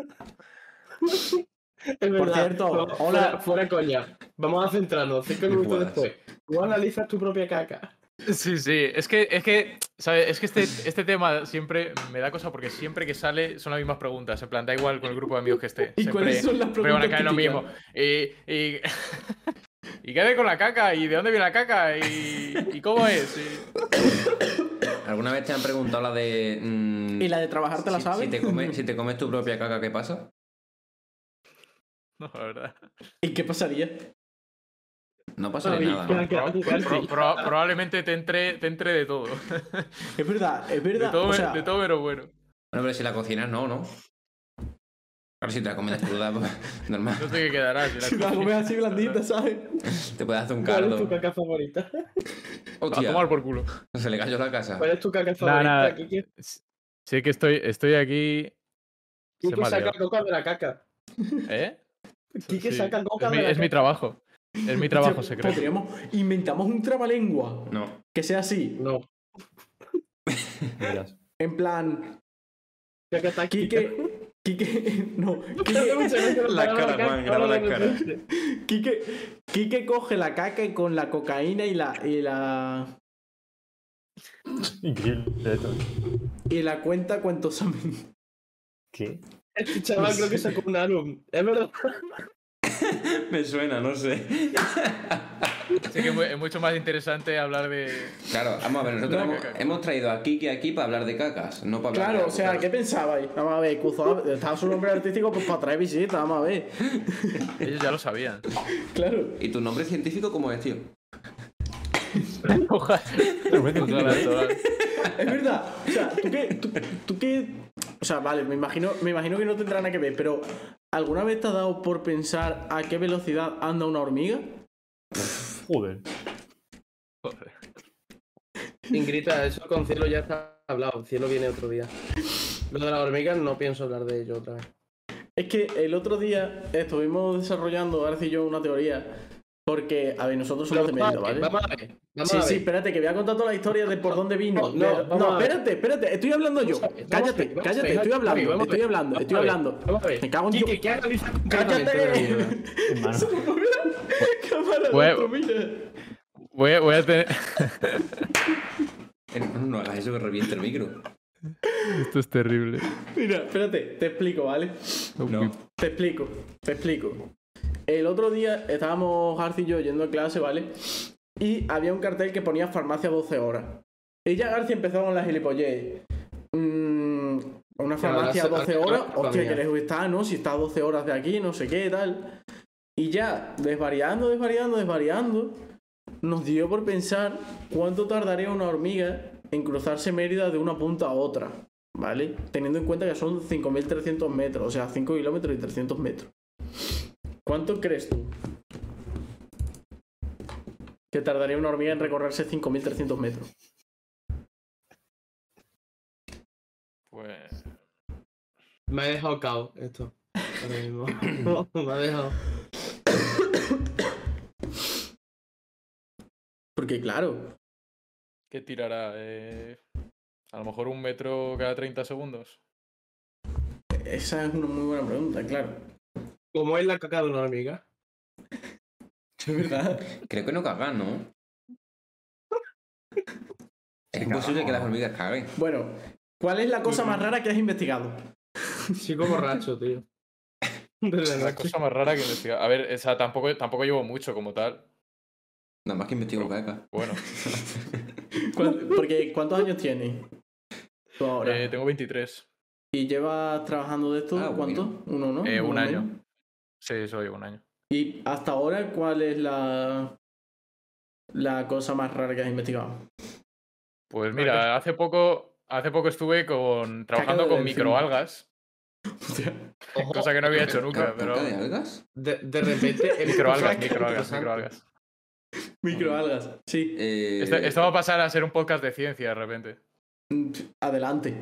Es verdad. cierto, Pero hola. Fuera, fuera coña. Vamos a centrarnos. Cinco minutos puedas. después. Tú analizas tu propia caca. Sí, sí. Es que, es que, ¿sabes? Es que este, este tema siempre me da cosa porque siempre que sale son las mismas preguntas. En plan, da igual con el grupo de amigos que esté. ¿Y Siempre, cuáles son las siempre van a preguntas caer lo mismo. típicas? Y, y, ¿y qué hay con la caca? ¿Y de dónde viene la caca? ¿Y, y cómo es? Y- ¿Alguna vez te han preguntado la de... mm, ¿Y la de trabajar te la si, sabes? si te comes, si te comes tu propia caca, ¿qué pasa? No, la verdad. ¿Y qué pasaría? No pasaría Javi, nada, ¿qué- ¿no? qué- Pro- qué- qué- pro- pro- probablemente te entre, te entre de todo. Es verdad, es De verdad. todo, O sea, de todo pero bueno. Bueno, pero si la cocinas, no, ¿no? Claro, si te la comes cruda, pues normal. No sé qué quedará. Si la si la cocinas. comes así blandita, ¿sabes? Te puedes hacer un ¿Cuál es tu caldo. caca favorita? A Hostia, tomar por culo. se le cayó la casa. ¿Cuál es tu caca Nah, favorita? nah. Kiki, Sí que estoy, estoy aquí. Se Kiki me ha saca liado. coca de la caca. ¿Eh? Kiki Sí. saca coca Es mi, de la es mi caca. trabajo. Es mi trabajo Hostia, secreto. Podríamos... Inventamos un trabalengua No. que sea así. No. Verás. En plan... Caca táctica. Quique... Quique... No. Hace Quique... mucho que no La paraba cara, caca, Juan, graba ahora la de cara. repente. Quique... Quique coge la caca y con la cocaína y la... Y la... Increíble esto. Y la cuenta cuentosamente. ¿Qué? Este chaval creo que sacó un álbum. Es verdad. Me suena, no sé. Sí que es mu- es mucho más interesante hablar de. Claro, vamos a ver, nosotros No, hemos, caca. hemos traído a Kiki aquí para hablar de cacas, no para hablar de Claro, o algo, sea, claro. ¿qué pensabais? Vamos a ver, Kuzo estaba su nombre artístico pues para traer visitas, vamos a ver. Ellos ya lo sabían. Claro. ¿Y tu nombre científico cómo es, tío? Ojalá. Ojalá, chaval. Es verdad. O sea, tú qué, tú, tú qué... O sea, vale, me imagino, me imagino que no tendrá nada que ver, pero ¿alguna vez te has dado por pensar a qué velocidad anda una hormiga? Joder. Joder. Ingrita, eso con Cielo ya está hablado. Cielo viene otro día. Lo de las hormigas no pienso hablar de ello otra vez. Es que el otro día estuvimos desarrollando, Arce y yo, una teoría. Porque, a ver, nosotros somos de Mérida, ¿vale? Vamos a ver. Vamos Sí, a ver. sí, espérate, que voy a contar toda la historia de por dónde vino. No, no, De- vamos no, a ver. espérate, espérate, estoy hablando yo. Vamos a ver, vamos a Cállate, ver, vamos a cállate, ver. estoy hablando, Vamos a ver, estoy hablando, vamos estoy a ver, hablando. Vamos a ver. Me cago en Kiki, Dios. ¿qué analiza completamente ¡Cállate! de la vida? Hermano. Cámara, Bueno. otro, mira. Voy a, voy a tener. Eh, No, no hagas eso que reviente el micro. Esto es terrible. Mira, espérate, te explico, ¿vale? No. Te explico, te explico. El otro día estábamos Garci y yo yendo a clase, ¿vale? Y había un cartel que ponía farmacia doce horas. Y ya Garci empezó con la gilipollez. Mm, una farmacia Claro, la- doce la- horas, la- hostia, la- que lejos está, ¿no? Si está a doce horas de aquí, no sé qué, tal. Y ya, desvariando, desvariando, desvariando. nos dio por pensar cuánto tardaría una hormiga en cruzarse Mérida de una punta a otra, ¿vale? Teniendo en cuenta que son cinco mil trescientos metros, o sea, cinco kilómetros y trescientos metros. ¿Cuánto crees tú que tardaría una hormiga en recorrerse cinco mil trescientos metros? Pues. Me ha dejado cao esto. Ahora mismo. Me ha dejado. Porque claro, ¿Qué tirará? Eh, a lo mejor un metro cada treinta segundos. esa es una muy buena pregunta, claro. ¿Cómo es la caca de una hormiga? Es verdad. Creo que no cagan, ¿no? Es imposible que las hormigas caguen. Bueno, ¿cuál es la cosa más rara que has investigado? Chico borracho, tío. De La cosa más rara que investigar. A ver, o sea, tampoco, tampoco llevo mucho como tal. Nada más que investigo caca. Bueno, ¿Cuál- Porque, ¿cuántos años tienes tú ahora? eh, tengo veintitrés. ¿Y llevas trabajando de esto? Ah, ¿Cuánto? bueno. ¿Uno, no? Eh, un ¿Uno año. menos? Sí, eso llevo un año. ¿Y hasta ahora cuál es la, la cosa más rara que has investigado? Pues mira, hace poco, hace poco estuve con, trabajando de con delfín. microalgas, Ojo, cosa que no había hecho nunca, ¿Caca pero... de algas? de, de repente. he visto Microalgas, cosas microalgas, interesantes. microalgas. Microalgas, sí. Eh, Esto, esto va a pasar a ser un podcast de ciencia de repente. Mm, Adelante.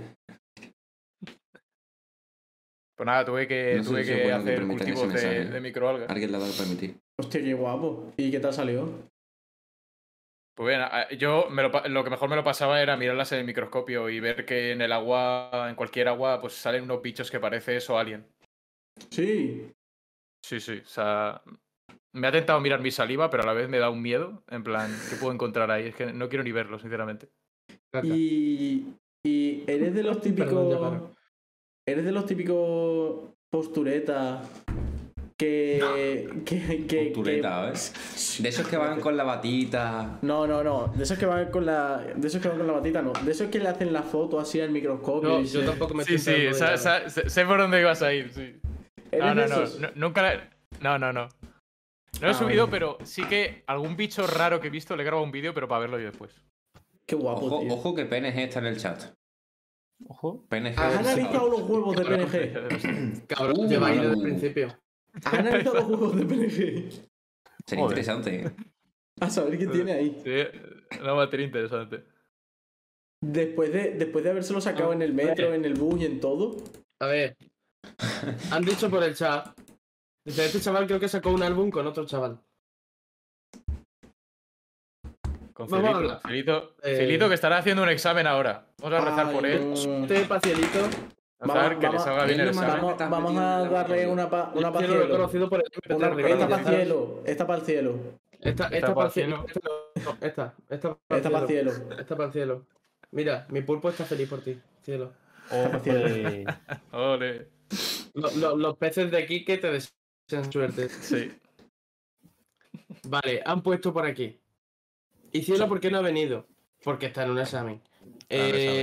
Pues nada, tuve que, No sé tuve si es que bueno que hacer permitan ese cultivos de, mensaje, ¿eh? de microalgas. Alguien le ha dado permitir. Hostia, qué guapo. ¿Y qué tal salió? Pues bien, a- yo me lo, pa- lo que mejor me lo pasaba era mirarlas en el microscopio y ver que en el agua, en cualquier agua, pues salen unos bichos que parece eso alien. Sí. Sí, sí, o sea, me ha tentado mirar mi saliva, pero a la vez me da un miedo, en plan, ¿qué puedo encontrar ahí? Es que no quiero ni verlo, sinceramente. Caca. Y, y eres de los Perdón, ya típicos... paro. Eres de los típicos posturetas que... que, que Postureta, que- ¿eh? De esos que van con la batita. No, no, no. De esos que van con la... De esos que van con la batita, no. De esos que le hacen la foto así al microscopio. No, y yo se- tampoco me Sí, estoy sí, enterando de sa- nada. sa- sé sé por dónde ibas a ir, sí. ¿Eres No, no, de no, esos? no, nunca la- No, no, no. No lo he Ah, subido, bueno. pero sí que algún bicho raro que he visto le he grabado un vídeo, pero para verlo yo después. Qué guapo, Ojo, tío. ojo que P N G está en el chat. Ojo. P N G. ¿Has del analizado sábado. los huevos de P N G? Cabrón, Uh, lleva ahí desde el mano. principio. ¿Has analizado los huevos de P N G? Sería Joder. interesante, ¿eh? A saber qué tiene ahí. Sí, una materia interesante. Después de, después de habérselo sacado en el metro, en el bus y en todo. A ver. Han dicho por el chat. Dice, este chaval creo que sacó un álbum con otro chaval. Con Vamos a Celito. hablar. Celito, Eh, Celito, que estará haciendo un examen ahora. Vamos a rezar Ay, por él. no. Este pacielito. A rezar que le Vamos- salga bien el él no me examen. Vamos, estás vamos metiendo a en el darle laboratorio. una pa, una pa Yo lo he cielo. conocido por el M P T Una, Ricardo. esta para Esta- cielo. Esta para el cielo. Esta, Está esta para para el cielo. No, esta, esta para Esta para el cielo. Esta para el cielo. Mira, mi pulpo está feliz por ti, cielo. Hombre. Ole. Lo- lo- los peces de aquí que te desean suerte. Sí. Vale, han puesto por aquí. ¿Y cielo por qué no ha venido? Porque está en un examen. en un Eh,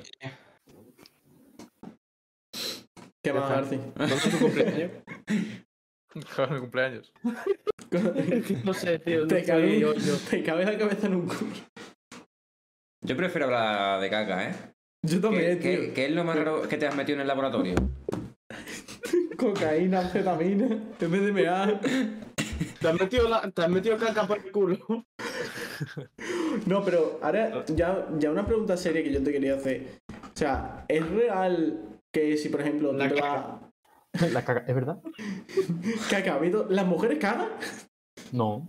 ¿Qué más, está. Garci? ¿Dónde es tu cumpleaños? Con mi cumpleaños. No sé, tío. Te no cabe, sé, yo- yo- te cabe la cabeza en un culo. Yo prefiero hablar de caca, ¿eh? Yo ¿Qué, también, qué- tío. qué es lo más raro que te has metido en el laboratorio? Cocaína, anfetamina, M D M A. ¿Te has metido, la- te has metido caca por el culo? No, pero ahora ya, ya una pregunta seria que yo te quería hacer. O sea, ¿es real que si, por ejemplo, tú La te caca. vas... La caca, ¿es verdad? Caca, ¿visto? ¿Las mujeres cagan? No.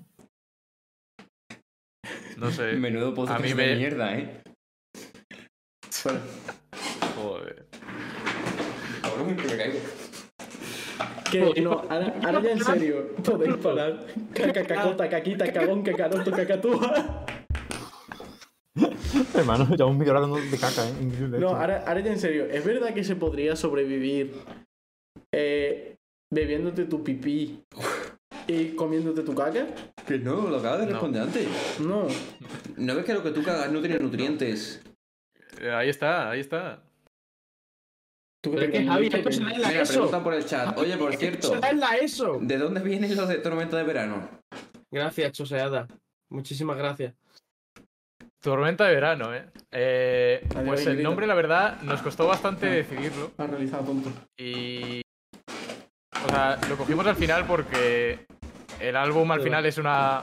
No sé. Menudo podcast A mí de me- mierda, ¿eh? Bueno, Joder. Cabrón, que me caigo. que no, ahora, ahora ya en serio, podéis parar. Caca, cacota, caquita, cagón, cacaroto, cacatúa. Hermano, ya un micro hablando de caca, ¿eh? Increíble No, esto. ahora, ahora ya en serio, ¿es verdad que se podría sobrevivir eh, bebiéndote tu pipí y comiéndote tu caca? Que no, lo acabas de No. responder antes. No. ¿No ves que lo que tú cagas no tiene nutrientes? Eh, Ahí está, ahí está. ¿Tú Pero qué es te que comes? Javi, esto se da en la Mira, ESO. preguntan por el chat. Oye, por cierto, Se da en la ESO. ¿de dónde vienen los de tormenta de verano? Gracias, choseada. Muchísimas gracias. Tormenta de verano, ¿eh? eh Adiós, pues el Ingrid. nombre, la verdad, nos costó bastante decidirlo. Has realizado tonto. Y. O sea, lo cogimos al final porque el álbum al final es una.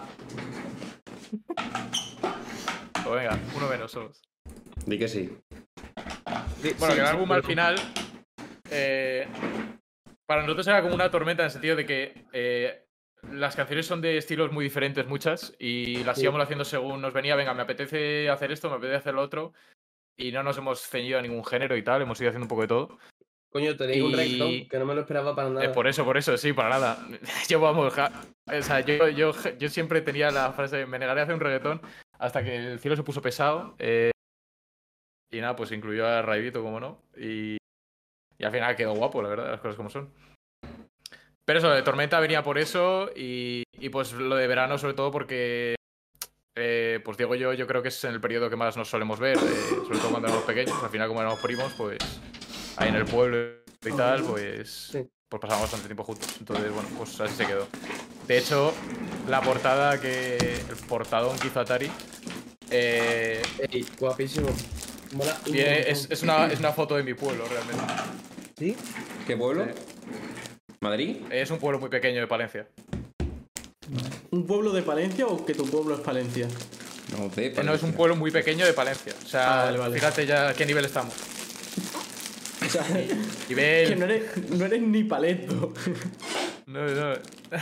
Pues venga, uno menos somos. Di que sí. Sí, Bueno, sí, que el sí, álbum pero- al final. eh, para nosotros era como una tormenta en el sentido de que eh, las canciones son de estilos muy diferentes, muchas, y las Sí. íbamos haciendo según nos venía. Venga, me apetece hacer esto, me apetece hacer lo otro. Y no nos hemos ceñido a ningún género y tal, hemos ido haciendo un poco de todo. Coño, tenéis un Y- reggaetón que no me lo esperaba para nada. Eh, por eso, por eso, sí, para nada. Yo, vamos, ja- o sea, yo, yo, yo siempre tenía la frase, me negaré a hacer un reggaetón hasta que el cielo se puso pesado. eh, y nada, pues incluyó a Raivito, como no. Y, y al final quedó guapo, la verdad, las cosas como son. Pero eso, de Tormenta venía por eso y, y pues lo de verano sobre todo porque, eh, pues digo yo, yo creo que es en el periodo que más nos solemos ver, eh, sobre todo cuando éramos pequeños. Al final como éramos primos, pues ahí en el pueblo y tal, pues, Sí. pues pasamos bastante tiempo juntos. Entonces, bueno, pues así se quedó. De hecho, la portada que, el portadón que hizo Atari, eh, Ey, guapísimo. Mola un tiene- montón. es, es una, es una foto de mi pueblo realmente. ¿Sí? ¿Qué pueblo? Sí. ¿Madrid? Es un pueblo muy pequeño de Palencia. ¿Un pueblo de Palencia o que tu pueblo es Palencia? No sé. Eh, No, es un pueblo muy pequeño de Palencia. O sea, Ah, vale, vale. fíjate ya a qué nivel estamos. O sea, Nivel. que no eres, no eres ni paleto. No, no.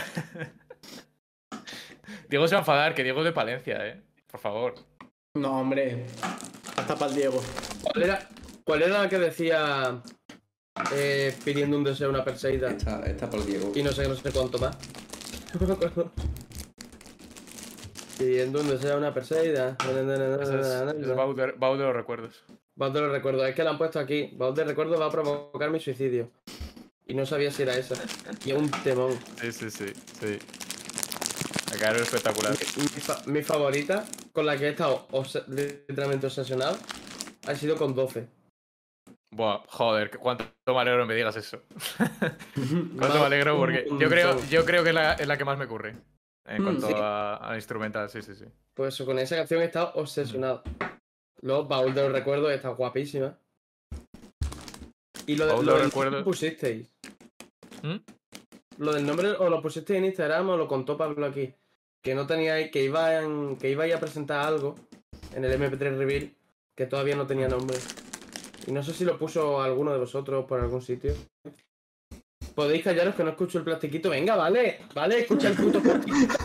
Diego se va a enfadar, que Diego es de Palencia, eh. Por favor. No, hombre. Hasta para el Diego. ¿Cuál era, ¿Cuál era la que decía eh, pidiendo un deseo a una perseguida? Esta, esta por Diego. Y no sé, no sé cuánto más. No me acuerdo. Pidiendo un deseo a una perseguida. Ese es, es baúl, de, baúl de los recuerdos. Baúl de los recuerdos. Es que la han puesto aquí. Baúl de recuerdos va a provocar mi suicidio. Y no sabía si era esa. Y es un temón. Sí, sí, sí. sí. Acá era espectacular. Mi, mi fa- mi favorita, con la que he estado obse- literalmente obsesionado, ha sido con doce. Buah, joder, que cuánto me alegro que me digas eso. Cuánto Va me alegro un porque yo creo, montón. yo creo que es la, es la que más me ocurre. En Mm, cuanto sí. a, a instrumental, sí, sí, sí. Pues eso, con esa canción he estado obsesionado. Luego, Baúl de los recuerdos está guapísima. Y lo, de, Baúl de lo los del recuerdos. nombre lo pusisteis. ¿Mm? Lo del nombre o lo pusisteis en Instagram o lo contó Pablo aquí. Que no teníais, que iban, que ibais a presentar algo en el eme pe tres Reveal que todavía no tenía nombre. Y no sé si lo puso alguno de vosotros por algún sitio. Podéis callaros que no escucho el plastiquito. Venga, vale, vale, escucha el puto plastiquito.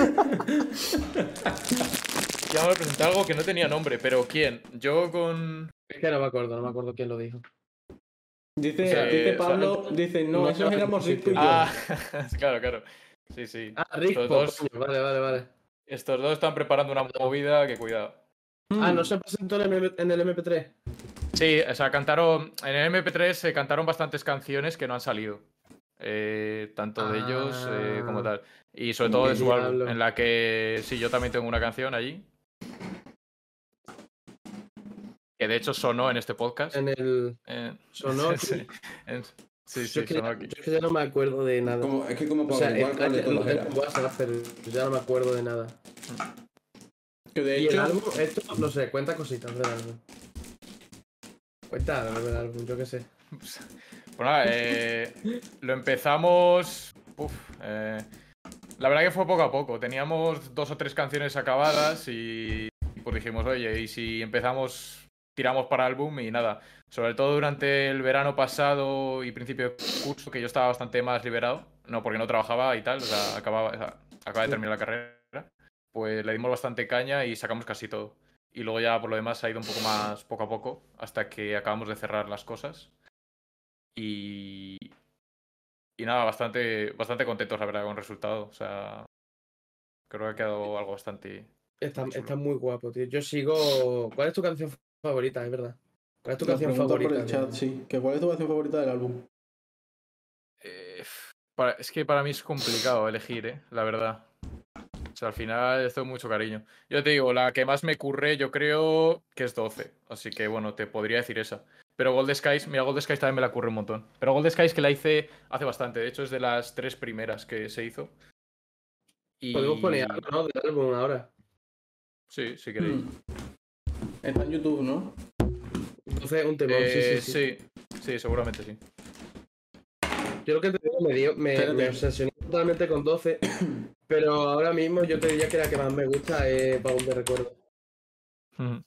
Ya me presenté algo que no tenía nombre, pero ¿quién? Yo con. Es que no me acuerdo, no me acuerdo quién lo dijo. Dice, O sea, dice eh, Pablo, o sea, dice, no, no esos sé éramos qué Rico y yo. Ah, claro, claro. Sí, sí. Ah, Rick, Estos dos, vale, vale, vale. estos dos están preparando una movida que cuidado. Ah, Mm. ¿no se presentó en el, en el eme pe tres? Sí, o sea, cantaron. En el eme pe tres se cantaron bastantes canciones que no han salido. Eh, tanto de ellos eh, como Ah. tal. Y sobre todo Qué de su álbum, diablo. en la que sí, yo también tengo una canción allí. Que de hecho sonó en este podcast. En el... Eh, Sonó aquí. sí, en- sí, Yo sí, es que, sonó ya, aquí. yo es que ya no me acuerdo de nada. Como, es que como O Pablo, sea, igual es- cuál de es- lo todos era. tengo en WhatsApp, pero ya no me acuerdo de nada. Que de Y el hecho, álbum, esto, no sé, cuenta cositas del álbum. Cuenta algo del álbum, yo qué sé. Pues nada, eh, lo empezamos. Uf, eh, la verdad que fue poco a poco. Teníamos dos o tres canciones acabadas y pues dijimos, oye, y si empezamos, tiramos para álbum y nada. Sobre todo durante el verano pasado y principio de curso, que yo estaba bastante más liberado. No, porque no trabajaba y tal, o sea, acababa, o sea, acababa de terminar la carrera. Pues le dimos bastante caña y sacamos casi todo. Y luego ya por lo demás ha ido un poco más poco a poco hasta que acabamos de cerrar las cosas. Y, y nada, bastante, bastante contentos, la verdad, con el resultado. O sea, creo que ha quedado algo bastante. Está, Chulo. está muy guapo, tío. Yo sigo... ¿Cuál es tu canción favorita, es verdad? ¿Cuál es tu nos canción pregunta favorita? por el chat, de- sí. Que ¿cuál es tu canción favorita del álbum? Eh, para- es que para mí es complicado elegir, ¿eh? La verdad. O sea, al final les tengo mucho cariño. Yo te digo, la que más me curré, yo creo que es doce. Así que bueno, te podría decir esa. Pero Gold Skies, mira, Gold Skies también me la curré un montón. Pero Gold Skies que la hice hace bastante. De hecho, es de las tres primeras que se hizo. Y... Podemos poner algo, ¿no? Del álbum ahora. Sí, si queréis. Mm. Está en YouTube, ¿no? Entonces, un temor, Eh, sí, sí, sí. sí, sí, seguramente sí. Yo lo que te digo, me, dio, me, Espérate. me obsesioné totalmente con doce, pero ahora mismo yo te diría que la que más me gusta es Baúl de Recuerdos. Ujú.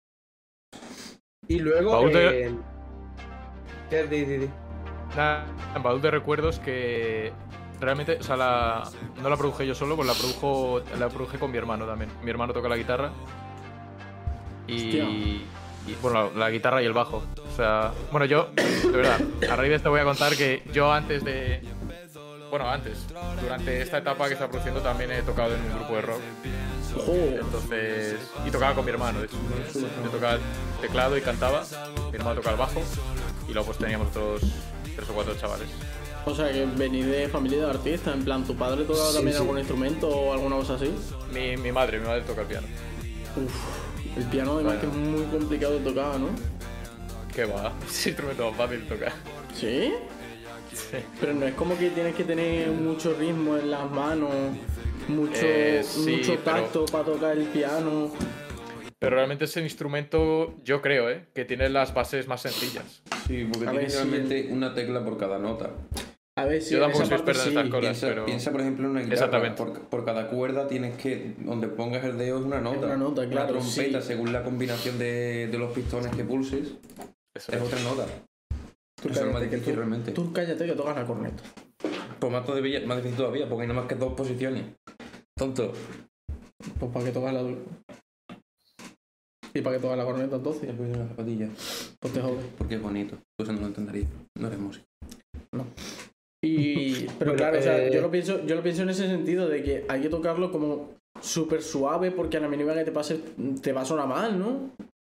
Y luego... Baúl de- eh, ¿Qué? Di, di, di. Nada, en Baúl de Recuerdos que realmente, o sea, la, no la produje yo solo, pues la produjo, la produje con mi hermano también. Mi hermano toca la guitarra Hostia. y, y bueno, la, la guitarra y el bajo. O sea, bueno, yo, de verdad, a raíz de esto voy a contar que yo antes de, bueno, antes, durante esta etapa que está produciendo también he tocado en un grupo de rock. Joder. Entonces, y tocaba con mi hermano, de hecho. Yo tocaba el teclado y cantaba, mi hermano tocaba el bajo y luego pues teníamos otros tres o cuatro chavales. O sea, que venís de familia de artistas, en plan, ¿tu padre tocaba Sí, también sí. algún instrumento o alguna cosa así? Mi, mi madre, mi madre toca el piano. Uf, el piano además Bueno. que es muy complicado de tocar, ¿no? ¿Qué va? Es un instrumento más fácil de tocar. ¿Sí? Pero no es como que tienes que tener mucho ritmo en las manos, mucho, Eh, sí, mucho pero- tacto para tocar el piano. Pero realmente es el instrumento, yo creo, ¿eh? Que tiene las bases más sencillas. Sí, porque A tiene ver, sí. realmente una tecla por cada nota. A ver si Yo en tampoco esa soy parte experto en sí. estas cosas. Piensa, pero- piensa, por ejemplo, en una guitarra. Exactamente. Por, por cada cuerda tienes que. Donde pongas el dedo es una nota. una nota, claro, Una trompeta, sí. según la combinación de, de los pistones que pulses, Eso es es. otra nota. Tú Eso es lo más cállate, que difícil tú, realmente. tú cállate que tocas la corneta. Pues más, todavía, más difícil todavía, porque hay nada más que dos posiciones. Tonto. Pues para que tocas la... ¿Y para que tocas la corneta Te entonces? pones las zapatillas. Pues te jodes. Porque es bonito. Tú eso no lo entenderías. No eres músico. Y, pero Bueno, claro, o sea, eh, yo lo pienso, yo lo pienso en ese sentido de que hay que tocarlo como súper suave porque a la mínima que te pase te va a sonar mal, ¿no?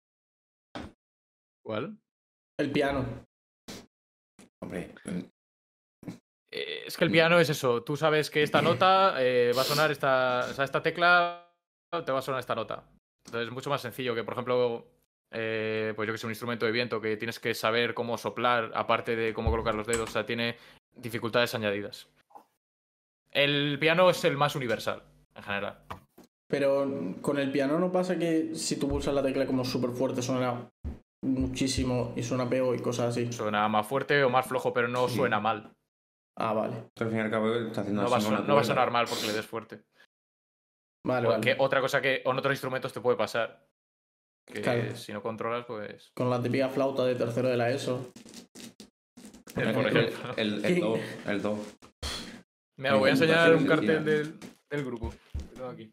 ¿Cuál? El piano. Hombre, Eh, es que el piano es eso. Tú sabes que esta nota eh, va a sonar esta. O sea, esta tecla te va a sonar esta nota. Entonces es mucho más sencillo que, por ejemplo, eh, pues yo que sé, un instrumento de viento que tienes que saber cómo soplar, aparte de cómo colocar los dedos. O sea, tiene dificultades añadidas. El piano es el más universal, en general. Pero con el piano no pasa que si tú pulsas la tecla como súper fuerte suena muchísimo y suena peor y cosas así. Suena más fuerte o más flojo, pero no Sí. suena mal. Ah, vale. al fin y al cabo está haciendo No va, a así con son- una no va a cuerda. sonar mal porque le des fuerte. Vale, Porque vale. otra cosa que con otros instrumentos te puede pasar. Que Claro. si no controlas, pues. Con la típica flauta de tercero de la ESO. El, por El, ejemplo. el, el do, el do. Mira, os voy a el enseñar un computación cartel sencilla. del, del grupo. que tengo aquí.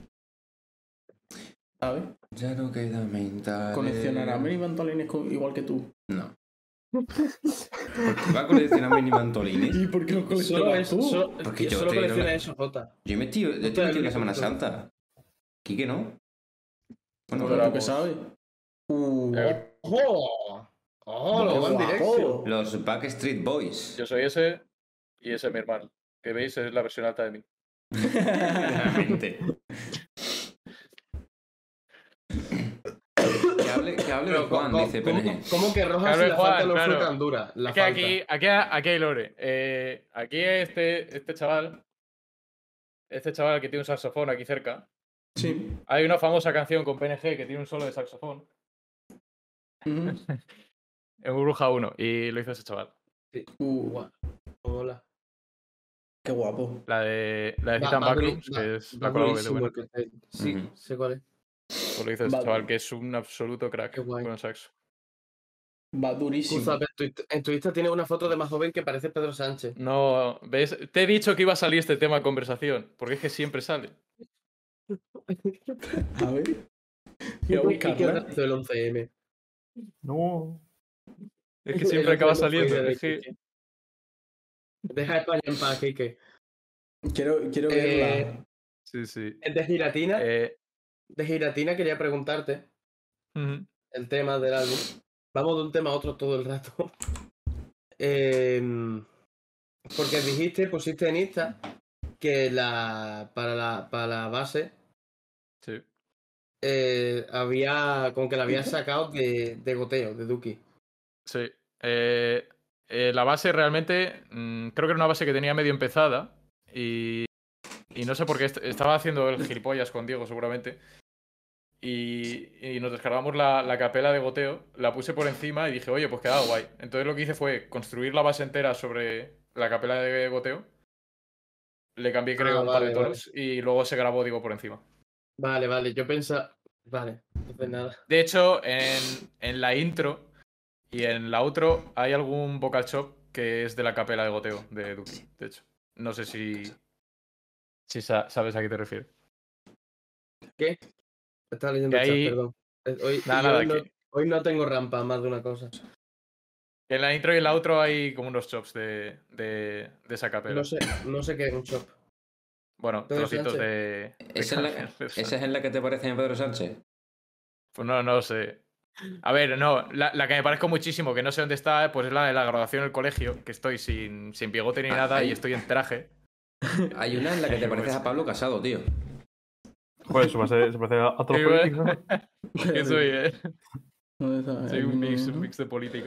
A ver. Ya no queda mental. ¿Coleccionará mini mantolines con- igual que tú? No. Porque va a coleccionar mini mantolines. ¿Y por qué los Solo, coleccionas es, tú? solo, Porque yo solo te- colecciona no la- eso, Jota. Yo he metido, yo No te estoy metido en la hables Semana con- Santa. Quique no. Bueno, Pero Pero tú qué sabes. Uh, Eh, ¡Oh! ¡Oh! qué Lo van guapo. directo. los Backstreet Boys. Yo soy ese y ese es mi hermano. Que veis es la versión alta de mí. Realmente. Que hable, que hable de Pero, Juan, ¿cómo, dice cómo- P N G. cómo que roja Claro, si la Juan, falta no claro. fue tan dura? La Es que falta. aquí, aquí, aquí hay lore. Eh, aquí este, este chaval. Este chaval que tiene un saxofón aquí cerca. sí. Hay una famosa canción con P N G que tiene un solo de saxofón. Ujú. En Burbuja uno. Y lo hizo ese chaval. Uh, Guau. Hola. qué guapo. La de, la de Va- Citan va duri- Backrooms, va- que es va la colabo que durísimo bueno. el cartel. Sí, Ujú. sé cuál es. Pues lo hizo ese Va- chaval, que es un absoluto crack Qué guay. con el saxo. Va durísimo. Kuzap, en tu, en tu Insta tiene una foto de más joven que parece Pedro Sánchez. No, ¿ves? Te he dicho que iba a salir este tema a conversación, porque es que siempre sale. A ver. Voy a ¿Y qué buscarla. organizó el once eme? No. Es que El siempre acaba once eme fue saliendo. idea de Es que... Quique. Deja España en paz, Kike. Quiero, quiero Eh, verla. Sí, sí. De Giratina, Eh, de Giratina quería preguntarte ujú. el tema del álbum. Vamos de un tema a otro todo el rato. Em, porque dijiste, pusiste en Insta que la para la, para la base Sí. eh, había como que la habías sacado de, de goteo, de Duki. Sí. Eh, eh, la base realmente, mm, creo que era una base que tenía medio empezada y, y no sé por qué est- estaba haciendo el gilipollas con Diego seguramente y, y nos descargamos la, la capela de goteo, la puse por encima y dije, oye, pues quedaba guay. Entonces lo que hice fue construir la base entera sobre la capela de goteo, le cambié creo Ah, un par vale, de tonos y luego se grabó, digo, por encima. Vale, vale, yo pensaba... Vale, entonces nada. De hecho, en, en la intro y en la outro hay algún vocal chop que es de la capela de goteo de Duki, de hecho. No sé si, si sa- sabes a qué te refiero. ¿Qué? Estaba leyendo Que el chat, ahí- perdón. Eh, Hoy, Nada, yo nada, hoy, no, que- hoy no tengo rampa, más de una cosa. En la intro y en la outro hay como unos chops de, de, de esa capela. No sé, no sé qué es un shop. Bueno, Pedro trocitos Sánchez. de... de ¿Esa es, la, canciones de ¿Esa es Sánchez. en la que te parece a Pedro Sánchez? Pues no, no sé. A ver, no, la, la que me parezco muchísimo, que no sé dónde está, pues es la de la graduación del colegio, que estoy sin, sin bigote ni Ah, nada ahí. y estoy en traje. Hay una en la que te pareces a Pablo Casado, tío. Joder, eso parece, se parece a otros Sí, políticos. Que soy, eh. ¿Dónde está? Soy un mix, Mm, un mix de política.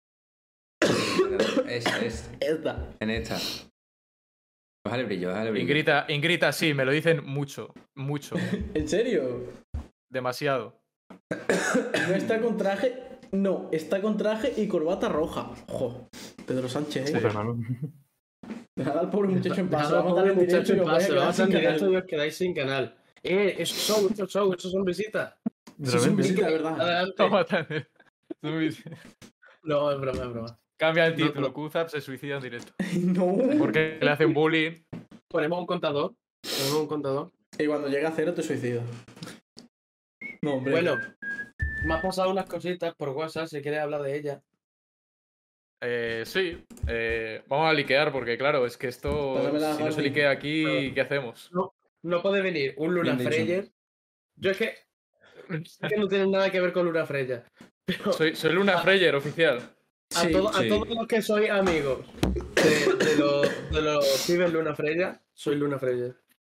Es, es Esta. en esta. Bájale brillo, bájale brillo. Ingrita, Ingrita, sí, me lo dicen mucho, mucho, ¿En serio? demasiado. ¿No está con traje? No, está con traje y corbata roja. Ojo, Pedro Sánchez, Joder, ¿eh? hermano. Dejad al pobre muchacho en paz. Dejad al Vamos a darle pobre en directo muchacho y en os vais a paz. quedar Vamos a sin en directo canal. y os quedáis sin canal. Eh, eso es show, eso es show, eso son visitas. Eso es un Realmente. visita, de verdad. Adelante. Toma, tan- No, es broma, es broma. Cambia el No, título, no. Kuzap se suicida en directo. No. Porque le hacen bullying. Ponemos un contador. Ponemos un contador. Y cuando llega a cero te suicidas. No, hombre. Bueno, me has pasado unas cositas por WhatsApp si quieres hablar de ellas. Eh, sí, eh, vamos a liquear porque claro, es que esto, Pásamela, si no se Garci. liquea aquí, ¿qué hacemos? No puede venir un Luna Bien dicho. Freyer. Yo es que, es que no tiene nada que ver con Luna Freyer. Pero Soy, soy Luna Freyer, oficial. a, Sí, todo- a sí. todos los que sois amigos de, de los, de los pibes Luna Freyer, soy Luna Freyer.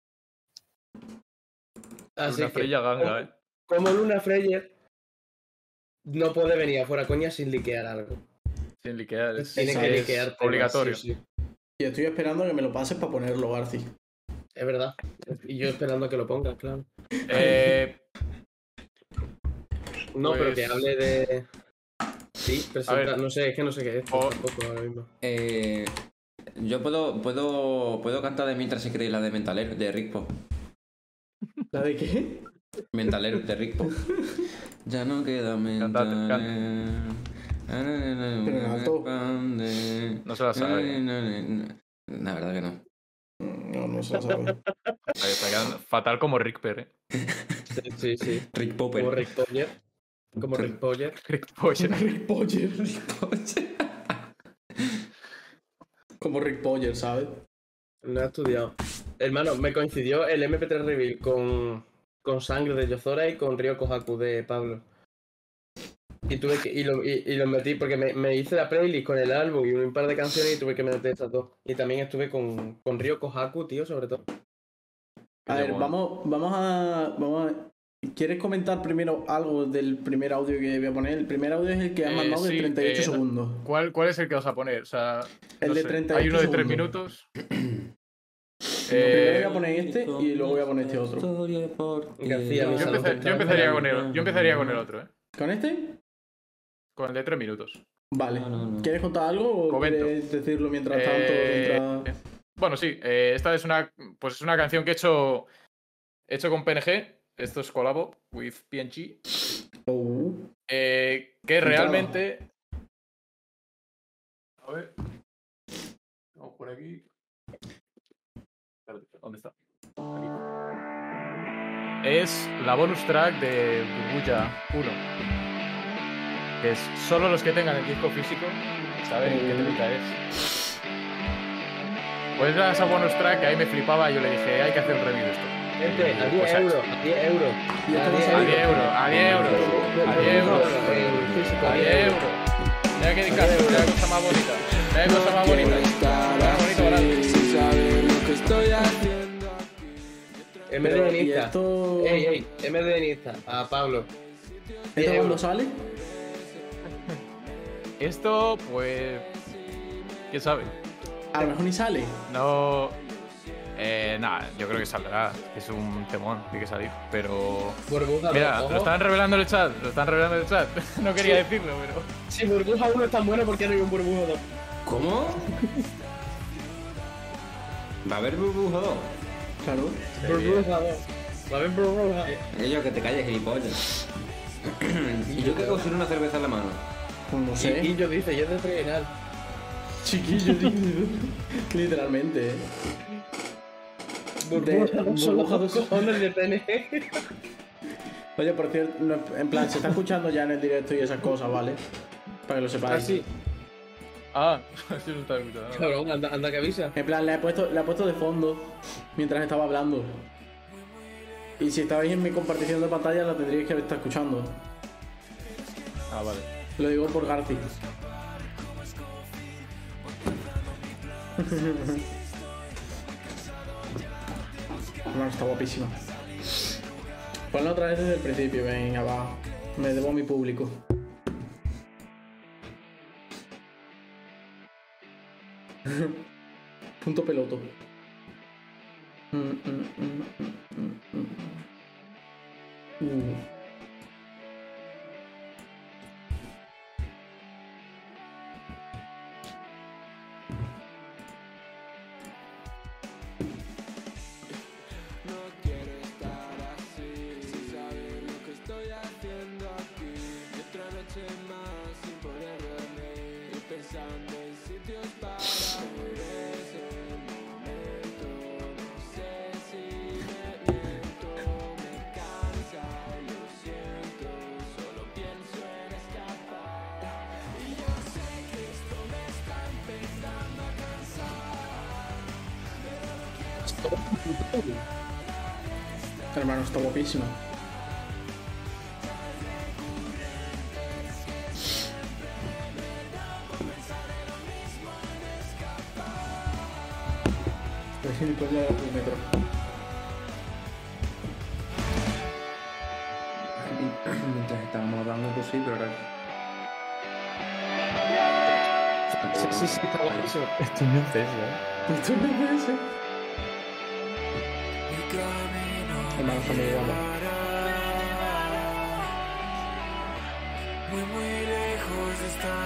Así Luna que, Freya ganga, como, eh. como Luna Freyer no puede venir afuera coña sin liquear algo. Sin liquear. Es, Tiene Esa que es liquear temas, obligatorio. sí, sí. Y estoy esperando a que me lo pases para ponerlo, Garci. Es verdad. Y yo esperando a que lo pongas, claro. Eh, No, Pues- pero que hable de. Sí, presenta. ver. No sé, es que no sé qué es. O- Tampoco ahora mismo. Eh, yo puedo, puedo, puedo cantar de mientras si queréis la de Mentaler, de Rickpo. ¿La de qué? Mentaler, de Rickpo. Ya no queda Cantate, Mentaler. Pero en alto. no se la sabe. La verdad que no. No, no se lo sabe. Ahí está quedando fatal como Rick Per, eh. Sí, sí, sí. Rick Como Popper. Rick Poller. Como Rick Poller. Rick Poller. Rick Poller. Como Rick Poller, ¿sabes? No he estudiado. Hermano, me coincidió el eme pe tres Reveal con, con Sangre de Yozora y con Ryo Kohaku de Pablo. Y tuve que. Y lo, y, y lo metí porque me, me hice la playlist con el álbum y un par de canciones y tuve que meter esas dos. Y también estuve con, con Ryo Kohaku, tío, sobre todo. A ver, Bueno. vamos, vamos a. Vamos a. ¿Quieres comentar primero algo del primer audio que voy a poner? El primer audio es el que has Eh, mandado de sí, treinta y ocho eh, segundos. ¿Cuál, ¿Cuál es el que vas a poner? O sea, El no de sé. treinta y ocho Hay uno de tres segundos. minutos. Primero voy Eh, a poner este y luego voy a poner este otro. García, mi yo, salud empecé- yo empezaría con el, yo empezaría con el otro, ¿eh? ¿Con este? Con el de tres minutos. Vale. No, no, no. ¿Quieres contar algo o Comento. quieres decirlo mientras tanto? Eh, mientras- Bueno, sí, eh, esta es una, pues es una canción que he hecho, he hecho con P N G. Esto es colabo with P N G. Oh. eh, que Entrada. realmente. A ver. Vamos por aquí. Espérate, ¿dónde está? Aquí. Es la bonus track de Burbuja uno. Que es solo los que tengan el disco físico saben qué temita es. Pues era esa bonus track que ahí me flipaba y yo le dije, hay que hacer un review de esto. Gente, a Pues diez ha euros, hecho. a diez euros. Y esto A no diez sale. A diez euros, a diez euros, a diez euros, a diez euros. Mira qué caso, mira qué cosa más bonita. Mira qué cosa más bonita. Más bonito, barato. M Pero, de ¿y Denista. esto, Ey, ey, M de Denista. A Pablo. ¿esto diez cuándo euros. sale? Esto, pues. ¿Quién sabe? A lo mejor ni sale. No. Eh, nada, yo creo que saldrá. Es un temón, tiene que salir. Pero. Burbuja Mira, dos, lo están revelando en el chat. Lo están revelando en el chat. No quería Sí. decirlo, pero. Si Burbuja uno es tan bueno, ¿por qué no hay un Burbuja dos? ¿Cómo? ¿Va a haber burbuja dos? Claro. Burbuja dos. Va a haber Burbuja. Ellos que te calles, gilipollas. ¿Y yo qué hago sin una cerveza en la mano? Pues no sé. Chiquillo dice, yo te fregué. Chiquillo, chiquillo. Literalmente, eh. Burbuja dos son los Burbuja dos dos. cojones de T N G. Oye, por cierto, no, en plan, se está escuchando ya en el directo y esas cosas, ¿vale? Para que lo sepáis. Ah, sí. Ah, sí, no está escuchando. Cabrón, anda, anda que avisa. En plan, le he, puesto, le he puesto de fondo mientras estaba hablando. Y si estabais en mi compartición de pantalla, la tendríais que estar escuchando. Ah, vale. Lo digo por Garci. Bueno, está guapísima. Ponla otra vez desde el principio, venga, va. Me debo a mi público. Punto peloto. Mm, mm, mm, mm, mm, mm. Uh. Hermano, está guapísimo. Estoy sin poner el metro. Mientras estábamos hablando, pues sí, pero ahora. Sí, sí, sí, está guapísimo. Estoy en C S, eh. Esto me parece. Hermano, está muy guapa. Muy muy lejos de esta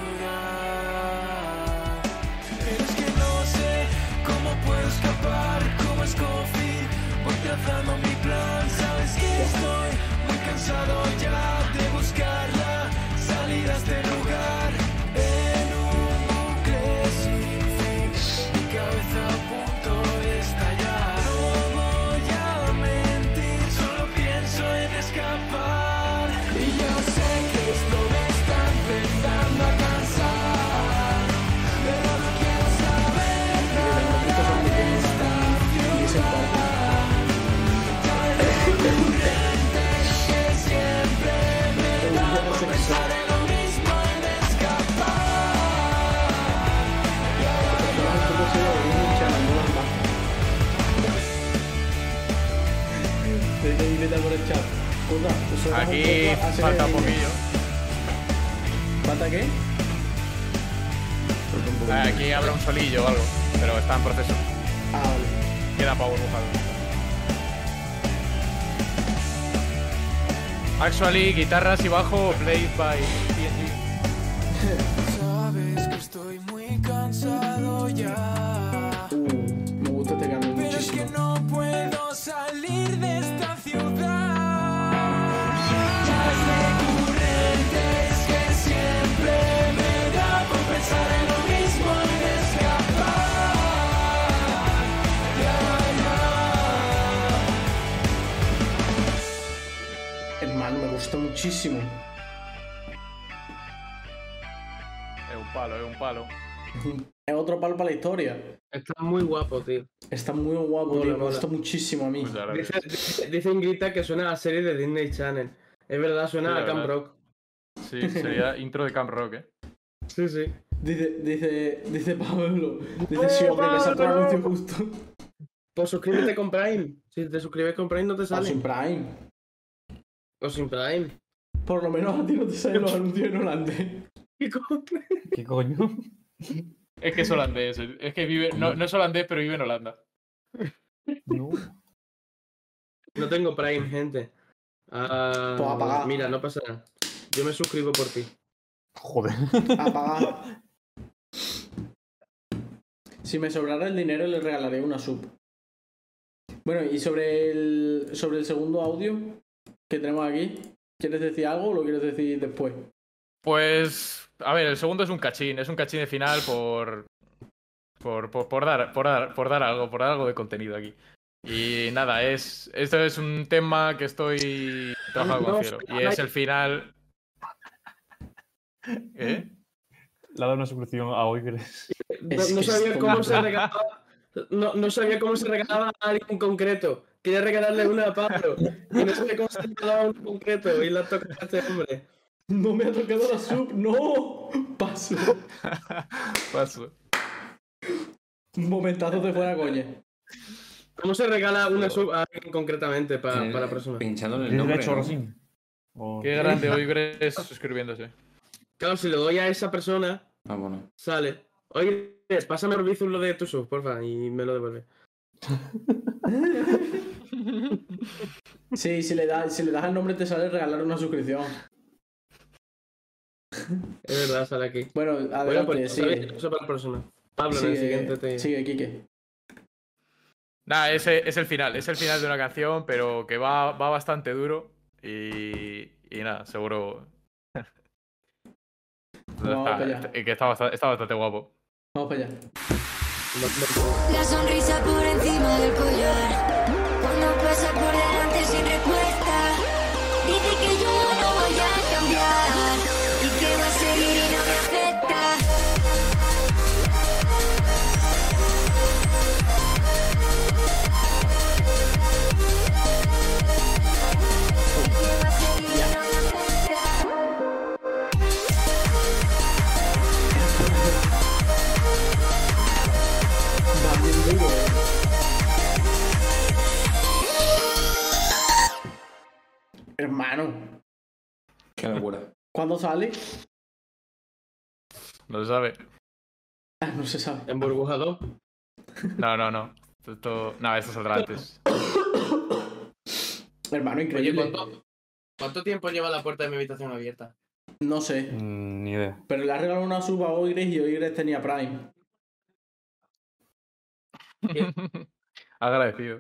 ciudad. Pero es que no sé cómo puedo escapar, cómo escogí. Voy trazando mi plan, sabes que estoy muy cansado ya de buscarla. Salida a este lugar en un bucle sin fin. Mi cabeza a punto de estallar. No voy a mentir, solo pienso en escapar. Y yo sé que esto me está empezando a cansar, pero no quiero saber nada de esta ciudad. Ya es recurrente que siempre me da por pensar en lo mismo, en escapar. Por el chat. Puta, pues suena un Aquí poco a ser falta el- poquillo. ¿Falta qué? Ah, Aquí habrá un solillo o algo, pero está en proceso. Ah, vale. Queda para burbujar. Actually, guitarras y bajo, played by T N G. Sabes que estoy muy cansado ya, Uh, me gusta este cambio pero es muchísimo. que no puedo salir de esta ciudad. Las recurrentes que siempre me da por pensar en lo mismo, en escapar. Ya, ya. Hermano, me gusta muchísimo. Es un palo, es un palo. Es otro palo para la historia. Está muy guapo, tío. Está muy guapo, Mola, tío. Me mola. gusta muchísimo a mí. Muchas gracias. Dice, dice, dice Ingrita que suena a serie de Disney Channel. Es verdad, suena Sí, la a Camp verdad. Rock. Sí, sería intro de Camp Rock, eh. Sí, sí. Dice, dice, dice Pablo. Dice ¡Oh, sí, hombre, que salta el Pablo! anuncio justo. Pues suscríbete con Prime. Si te suscribes con Prime no te O sale. sin Prime. O sin Prime. Por lo menos a ti no te salen los anuncios en holandés. ¿Qué cojones? ¿Qué coño? Es que es holandés. Es que vive. No, no es holandés, pero vive en Holanda. No. No tengo Prime, gente. Ah, Pues apaga. mira, no pasa nada. Yo me suscribo por ti. Joder. Apagar. Si me sobrara el dinero, le regalaré una sub. Bueno, y sobre el, sobre el segundo audio que tenemos aquí, ¿quieres decir algo o lo quieres decir después? Pues, a ver, el segundo es un cachín, es un cachín de final por, por, por, por dar, por, dar, por dar algo, por dar algo de contenido aquí. Y nada, es esto es un tema que estoy trabajando con Fiero. Y es el final... ¿Eh? Le ha dado una suscripción a Oigres. No, Es no que sabía es cómo una- se regalaba. No, no sabía cómo se regalaba a alguien en concreto. Quería regalarle una a Pablo. Y no sabía cómo se regalaba a un concreto. Y la toca a este hombre. No me ha tocado la sub, no. Paso. Paso. Un momentazo de fuera, coña. ¿Cómo se regala una sub a alguien concretamente para, En el- para la persona? Pinchándole el ¿Tienes nombre. derecho ¿no? ahora sí? O- Qué grande Oigres suscribiéndose. Claro, si le doy a esa persona, Ah, bueno. sale. Oye, pásame el Bizum lo de tu sub, porfa, y me lo devuelve. Sí, si le, das, si le das el nombre te sale regalar una suscripción. Es verdad, sale aquí. Bueno, Bueno, adelante, pues sigue. eso para la persona. Pablo, en el siguiente te... Sigue, Quique. Nada, ese es el final, es el final de una canción, pero que va, va bastante duro. Y, y nada, seguro. Vamos para allá. Está, que está bastante, está bastante guapo. Vamos para allá. La sonrisa por encima del collar, cuando pasa por delante sin respuesta, dice que yo no voy a cambiar y que va a seguir y no me afecta. Y que va a seguir y no me afecta. Va bien duro, eh. Hermano, Qué locura. ¿cuándo sale? No se sabe. Ah, no se sabe. En burbuja dos. No, no, no. Esto, no, esto saldrá antes. Hermano, Oye, increíble. ¿cuánto, ¿cuánto tiempo lleva la puerta de mi habitación abierta? No sé. Mm, Ni idea. Pero le ha regalado una sub a Oigres y Oigres tenía Prime. Agradecido.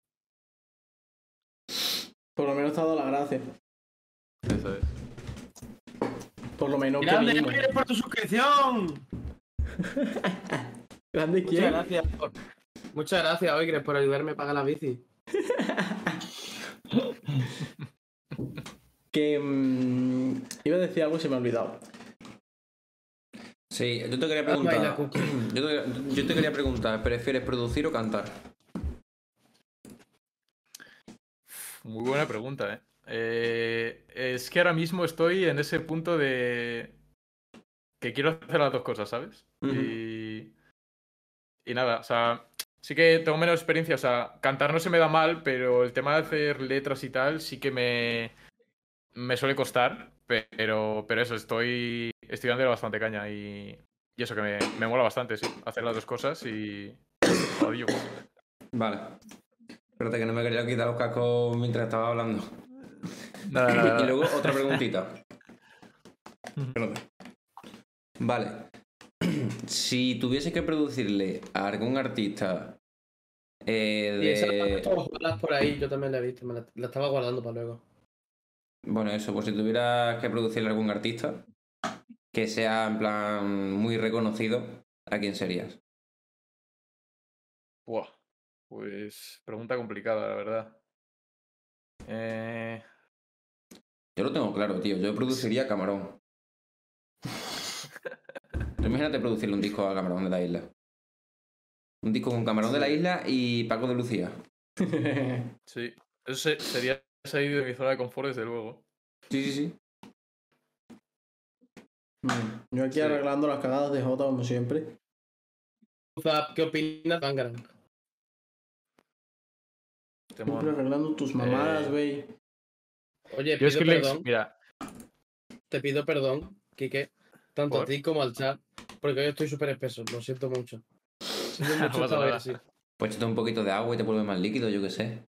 Por lo menos te ha dado la gracia. Eso es. Por lo menos que ¡Grande, mínimo. Oigres, por tu suscripción! ¿Grande Muchas quién? gracias, por... Muchas gracias, Oigres, por ayudarme a pagar la bici. Que mm, iba a decir algo y se me ha olvidado. Sí, yo te quería Baila, preguntar. Cuco. Yo te, yo te quería preguntar, ¿prefieres producir o cantar? Muy buena pregunta, ¿eh? Eh, Es que ahora mismo estoy en ese punto de que quiero hacer las dos cosas, ¿sabes? Ujú. Y, y nada, o sea, sí que tengo menos experiencia, o sea, cantar no se me da mal, pero el tema de hacer letras y tal sí que me, me suele costar, pero, pero eso, estoy, estoy dándole bastante caña y, y eso que me, me mola bastante, sí, hacer las dos cosas y... Adiós. Vale. Espérate que no me quería quitar los cascos mientras estaba hablando. Nada, nada, Y nada. luego otra preguntita. Espérate. Vale. Si tuviese que producirle a algún artista eh, Y esa la de... estaba guardando por ahí, yo también la he visto, me la, la estaba guardando para luego. Bueno, eso, pues si tuvieras que producirle a algún artista que sea en plan muy reconocido, ¿a quién serías? Buah, pues pregunta complicada, la verdad. Eh... Yo lo tengo claro, tío. Yo produciría a Camarón. Tú imagínate producirle un disco a Camarón de la Isla. Un disco con Camarón de la Isla y Paco de Lucía. Sí, eso se- sería salir de mi zona de confort, desde luego. Sí, sí, sí. Mm, Yo aquí Sí. arreglando las cagadas de Jota como siempre. Zap, ¿qué opinas de Bangarang? Te Siempre mola. arreglando tus mamadas, Eh, güey. Oye, Yo pido Skrillex, perdón, mira, te pido perdón, Quique, tanto ¿Por? a ti como al chat, porque hoy estoy súper espeso, lo siento mucho. Siento No mucho pasa estar hoy nada. así. Pues échate un poquito de agua y te vuelve más líquido, yo qué sé.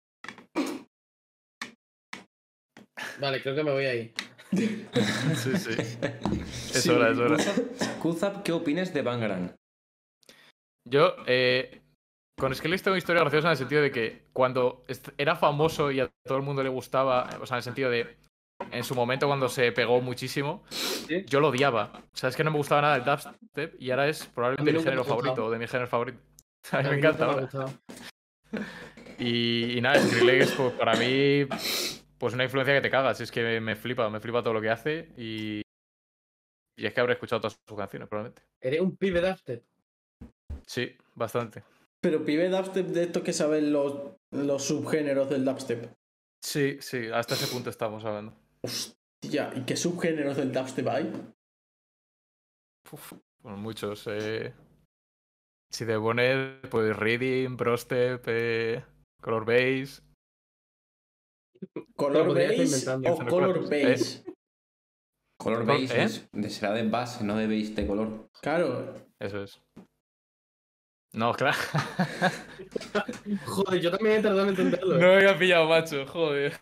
Vale, creo que me voy ahí. Sí, sí. Es Sí, hora, es hora. Kuzap, ¿qué opinas de Bangarang? Yo, eh, con Skrillex tengo una historia graciosa en el sentido de que cuando est- era famoso y a todo el mundo le gustaba, o sea, en el sentido de, en su momento cuando se pegó muchísimo, ¿Sí? yo lo odiaba. O sea, es que no me gustaba nada el dubstep y ahora es A probablemente mí mi nunca género me ha gustado. favorito, o de mi género favorito. A mí A me mí encanta nunca me ha ahora. gustado. Y, y nada, Skrillex, pues para mí, pues una influencia que te cagas. Es que me flipa, me flipa todo lo que hace y, y es que habré escuchado todas sus canciones, probablemente. Eres un pibe dubstep. Sí, bastante. Pero pibe dubstep de estos que saben los, los subgéneros del dubstep. Sí, sí, hasta ese punto estamos hablando. Hostia, ¿y qué subgéneros del dubstep hay? Uf, bueno, muchos. Eh... Si te pones, pues Reading, Prostep, eh... Color Base. ¿Color podría estar bass inventando, o eso no color creo. bass? Color Col- beige ¿eh? es, de- será de base, no de beige de color. Claro. Eso es. No, claro. Joder, yo también he tardado en entenderlo. No me había pillado, macho, joder.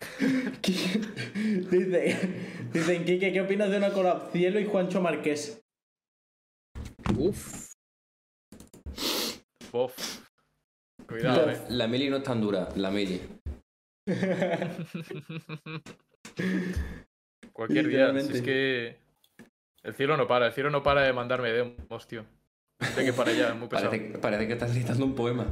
Dice, dicen, Kike, ¿qué opinas de una collab Cielo y Juancho Marqués? Uf. Uf. Cuidado, No. eh. La mili no es tan dura, la mili. Cualquier día. Si Literalmente. es que. El cielo no para, el cielo no para de mandarme demos, tío. Sé que para allá, es muy pesado. Parece, parece que estás recitando un poema.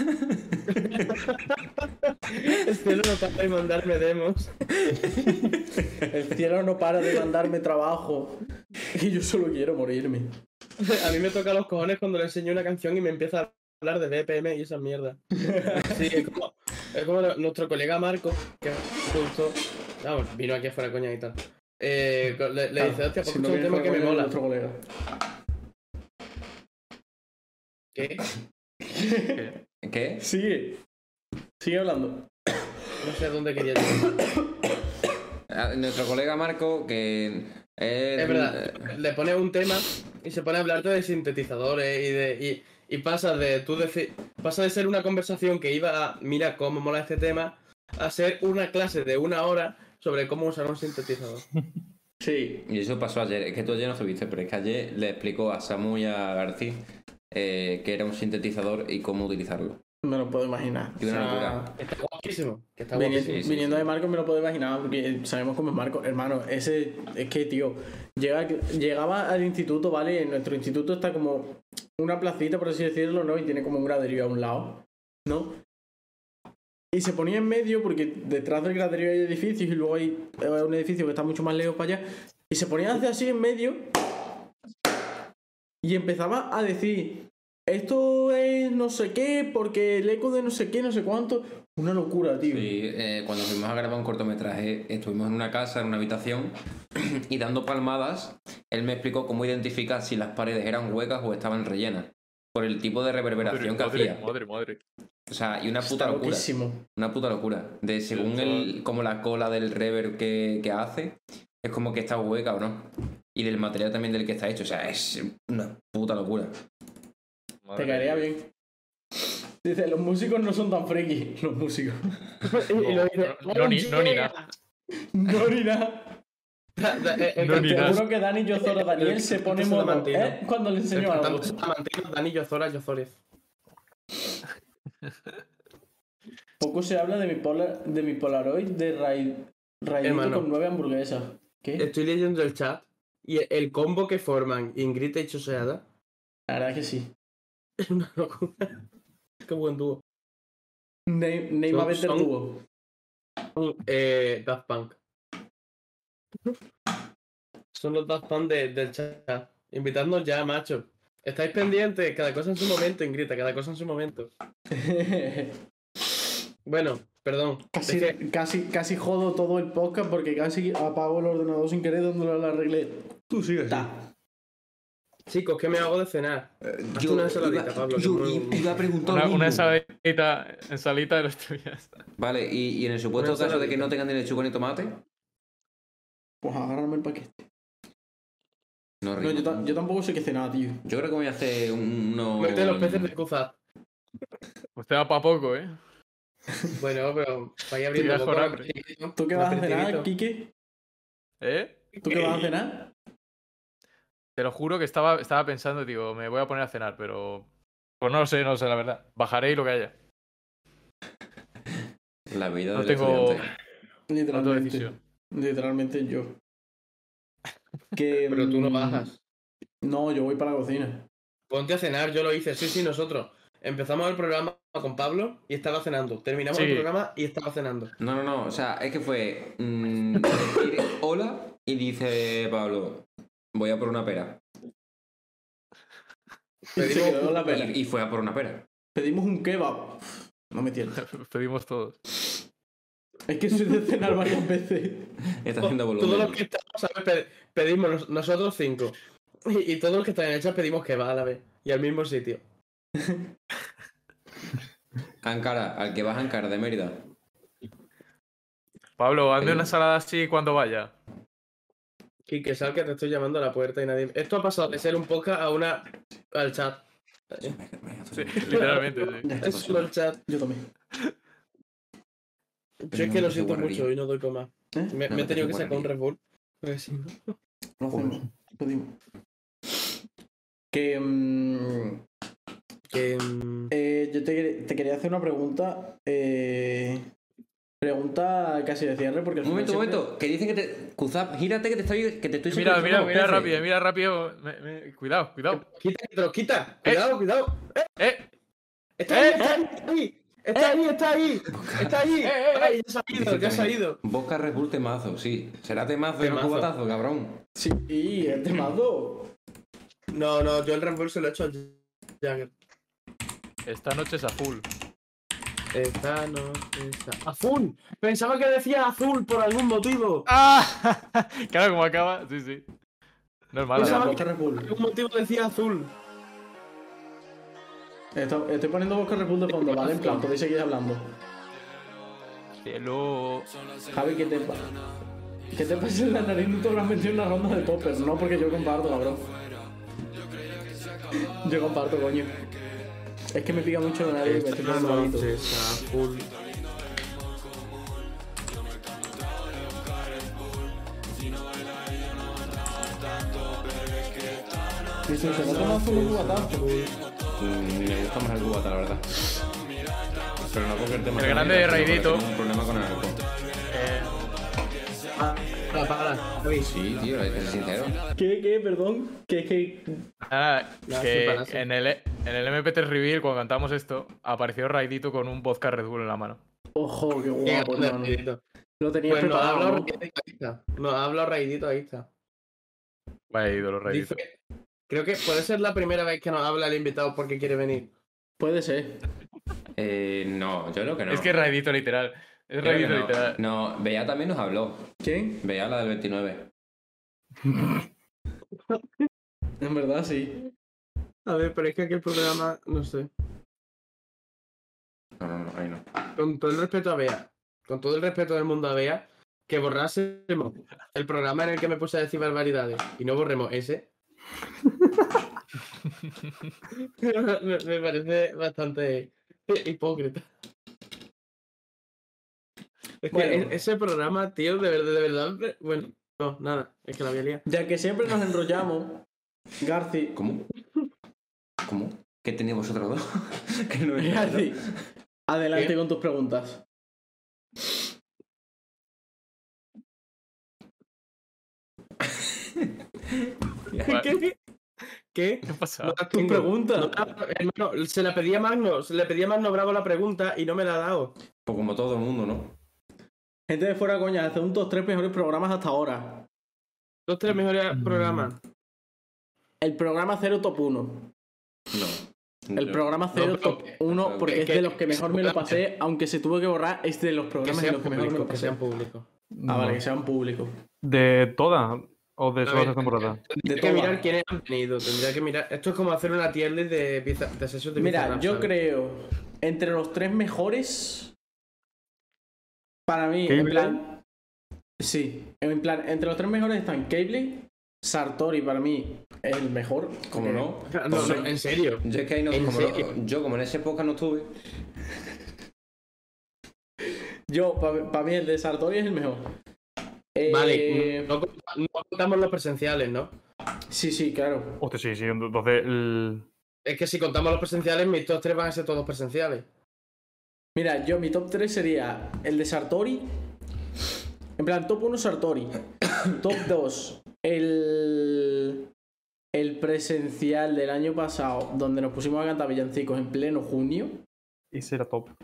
El cielo no para de mandarme demos. El cielo no para de mandarme trabajo. Y yo solo quiero morirme. A mí me toca los cojones cuando le enseño una canción y me empieza a hablar de B P M y esa mierda. Sí, es como, es como nuestro colega Marco, que justo, vamos, vino aquí afuera coña y tal. Eh, le, le dice, hostia, pues Si no escucha un viene tema con que me el mola. otro colega. ¿Qué? ¿Qué? Sigue. Sigue hablando. No sé a dónde quería llegar. Ah, Nuestro colega Marco, que es... Es verdad, le pones un tema y se pone a hablarte de sintetizadores y de. Y, y pasa de tú decir. Pasa de ser una conversación que iba a mira cómo mola este tema a ser una clase de una hora sobre cómo usar un sintetizador. Sí. Y eso pasó ayer. Es que tú ayer no estuviste, pero es que ayer le explicó a Samu y a García eh, que era un sintetizador y cómo utilizarlo. Me lo puedo imaginar. Y una locura. Está guapísimo. Que está Vini- guapísimo. sí, viniendo sí. de Marco me lo puedo imaginar porque sabemos cómo es Marco. Hermano, ese es que, tío, llega, llegaba al instituto, ¿vale? En nuestro instituto está como una placita, por así decirlo, ¿no? Y tiene como un graderío a un lado, ¿no? Y se ponía en medio porque detrás del graderío hay edificios y luego hay eh, un edificio que está mucho más lejos para allá. Y se ponía a hacer así en medio y empezaba a decir... Esto es no sé qué, porque el eco de no sé qué, no sé cuánto. Una locura, tío. Sí, eh, cuando fuimos a grabar un cortometraje, estuvimos en una casa, en una habitación, y dando palmadas, él me explicó cómo identificar si las paredes eran huecas o estaban rellenas. Por el tipo de reverberación que Madre, hacía. madre, madre. O sea, y una puta Está locura. loquísimo. Una puta locura. De según el, como la cola del reverb que, que hace, es como que está hueca o no. Y del material también del que está hecho. O sea, es una puta locura. Te caería bien. Dice, los músicos no son tan friki. Los músicos. Y, y lo dice, No, no, ni- no, ni "Oh, nada". No, ni nada. yeah". Da- da- eh, No, ni Te nada. juro que Dani Yozora Daniel se pone modo, Salmantino. ¿eh? Cuando le enseño algo. Tanto Salmantino, Dani Yozora, Yozórez. Poco se habla de mi, polar, de mi Polaroid de raid, raidito Hermano. con nueve hamburguesas. ¿Qué? Estoy leyendo el chat y el combo que forman Ingrid y Choseada La verdad es que sí. es una locura. Qué buen dúo. Name, name Son- a better son- dúo. Eh, Daft Punk. Son los Daft Punk de- del chat. Invitadnos ya, macho. Estáis pendientes, cada cosa en su momento, Ingrid, cada cosa en su momento. Bueno, perdón. Casi, Es que- casi, casi jodo todo el podcast porque casi apago el ordenador sin querer dándole a la regla. Tú sigues. Chicos, ¿qué me hago de cenar? Hazte una ensaladita, Pablo. que yo muy- i- iba a preguntar Una, lo una mismo. ensaladita, ensaladita de los tuyos. Vale, y, y en el supuesto Una caso de que ensaladita. no tengan ni lechuga ni tomate, Pues agárrame el paquete. no No, rima. yo, ta- yo tampoco sé qué cenar, tío. Yo creo que voy a hacer un- unos... Mete los peces de Kuzap. Usted va para poco, ¿eh? Bueno, pero vaya Te abriendo quedas boca, con un hambre. aperitivo, ¿Tú qué un vas a cenar, aperitivito. Kike? ¿Eh? ¿Tú qué vas a cenar? Te lo juro que estaba, estaba pensando, digo, me voy a poner a cenar, pero... Pues no lo sé, no lo sé, la verdad. Bajaré y lo que haya. La vida No del tengo... estudiante. No Literalmente. decisión. Literalmente yo. Que, Pero tú no mm, bajas. No, yo voy para la cocina. Ponte a cenar, yo lo hice. Sí, sí, nosotros. Empezamos el programa con Pablo y estaba cenando. Terminamos Sí. el programa y estaba cenando. No, no, no. O sea, es que fue mm, decir hola y dice Pablo, voy a por una pera. Y se quedó con la pera. Y, y fue a por una pera. Pedimos un kebab. No me entiendes. Pedimos todos. Es que soy de cenar varias veces. Está haciendo volumen. Todos los que estamos, ¿sabes? Pe- Pedimos nos- nosotros cinco. Y, y todos los que están en el chat pedimos que va a la vez. Y al mismo sitio. Ankara, al que vas a Ankara de Mérida. Pablo, hazme Sí. una ensalada así cuando vaya. Quique, sal que te estoy llamando a la puerta y nadie... Esto ha pasado de ser un podcast a una... al chat. Sí, literalmente, sí. Ya, Es solo el chat. yo también. Yo es que lo siento mucho y no doy para más. ¿Eh? Me, No me me he tenido que parece sacar un guarrería. Red Bull. Pues sí, ¿no? Lo hacemos. Pedimos. Que. mm, Que... mm, eh, yo te, te quería hacer una pregunta. Eh, pregunta casi de cierre, porque al Un final momento, un siempre- momento. Que dicen que te. Kuzap, gírate que te estoy, que te estoy Mira, mira, secuestrando, mira espérate. rápido, mira rápido. Me- me- Cuidado, cuidado. Quita, que te lo quita. Cuidado, cuidado. ¡Eh! Está ahí, Eh, está ahí, está ahí. Está ahí, está ahí. Está ahí. Eh, eh, Ay, ya se ha ido, Dice ya se ha también, ido. Boca Red Bull temazo, sí. Será temazo y no Temazo. cubatazo, cabrón. Sí, y el temazo. No, no, yo el Red Bull se lo he hecho al Jagger. Esta noche es azul. Esta noche está... ¡Azul! Pensaba que decía azul por algún motivo. ¡Ah! Claro, como acaba. Sí, sí. No es mala. Pensaba Boca que Red Bull. por algún motivo decía azul. Esto- estoy poniendo Boca Red Bull de fondo, ¿vale? En plan, podéis seguir hablando. Cielo. Javi, ¿qué te pasa? ¿Qué te pasa en la nariz? No te habrás metido en una ronda de poppers. No, porque yo comparto, cabrón. Yo comparto, coño. Es que me pica mucho la nariz y me estoy Esta poniendo malito. noche está azul. Sí, sí, se nota más un cubatazo. Mm, me gusta más el cubata, la verdad. Pero no porque el tema El sea grande mierda, de sino porque Raidito. tengo un problema con el alcohol. Eh, Para, para, Javi. Sí, tío, hay que ser sincero. ¿Qué, qué? Perdón. Que es que... nada, Nada, que sí, para, sí. en el, en el M P tres Reveal, cuando cantamos esto, apareció Raidito con un vodka Red Bull en la mano. Ojo, qué Qué guapo, grande, hermano. Raidito. Lo tenías Pues nos ha preparado, hablado ¿no? Raidito, ahí está. Nos ha hablado Raidito, ahí está. Vaya ídolo, Raidito. Dice, creo que puede ser la primera vez que nos habla el invitado porque quiere venir. Puede ser. Eh, no, yo creo que no. Es que es Raidito literal. Es Creo que Raidito no. literal. No, Bea también nos habló. ¿Quién? Bea la del veintinueve. En verdad, sí. A ver, pero es que aquí el programa, no sé. No, no, no, ahí no. Con todo el respeto a Bea, con todo el respeto del mundo a Bea, que borrásemos el programa en el que me puse a decir barbaridades y no borremos ese. me, me parece bastante hipócrita. Es que Bueno. e- ese programa, tío, de verdad, de verdad. Bueno, no, nada, es que la había liado. Ya que siempre nos enrollamos, Garci... ¿Cómo? ¿Cómo? ¿Qué tenéis vosotros dos? que no es Garci, adelante ¿Qué? con tus preguntas. ¿Qué? ¿Qué? ¿Qué pasa? No las Tus tengo. preguntas. No, hermano, se la pedí a Magno, se le pedí a Magno Bravo la pregunta y no me la ha dado. Pues como todo el mundo, ¿no? Gente de fuera, coña, hace un top tres mejores programas hasta ahora. Los tres mejores programas. El programa cero top uno. No. El No. programa cero No, pero- top uno porque que- es de que- los que mejor me lo pasé, aunque se tuvo que borrar, es de los Que programas en sean los que mejor me lo públicos, que pasé. sean públicos. Ah, vale, que sean públicos. ¿De todas o de A solo ver, esta temporada? De Tendría que todas. mirar quiénes han venido. Tendría que mirar. Esto es como hacer una tier list de, pieza, de sesiones de Mira, Bizarrap, yo ¿sabes? creo, entre los tres mejores, para mí, en ¿Cable? plan... Sí, en plan, entre los tres mejores están Cable, Sartori para mí es el mejor. ¿Cómo no? No, no, en serio. Yo es que ahí no, ¿En como serio? no- yo como en esa época no estuve. Yo, para mí el de Sartori es el mejor. Eh, Vale, no, no contamos los presenciales, ¿no? Sí, sí, claro. Hostia, sí, sí. Entonces, el... Es que si contamos los presenciales, mis top tres van a ser todos presenciales. Mira, yo mi top tres sería el de Sartori. En plan, top uno Sartori. Top dos, el, el presencial del año pasado, donde nos pusimos a cantar villancicos en pleno junio. ese era top.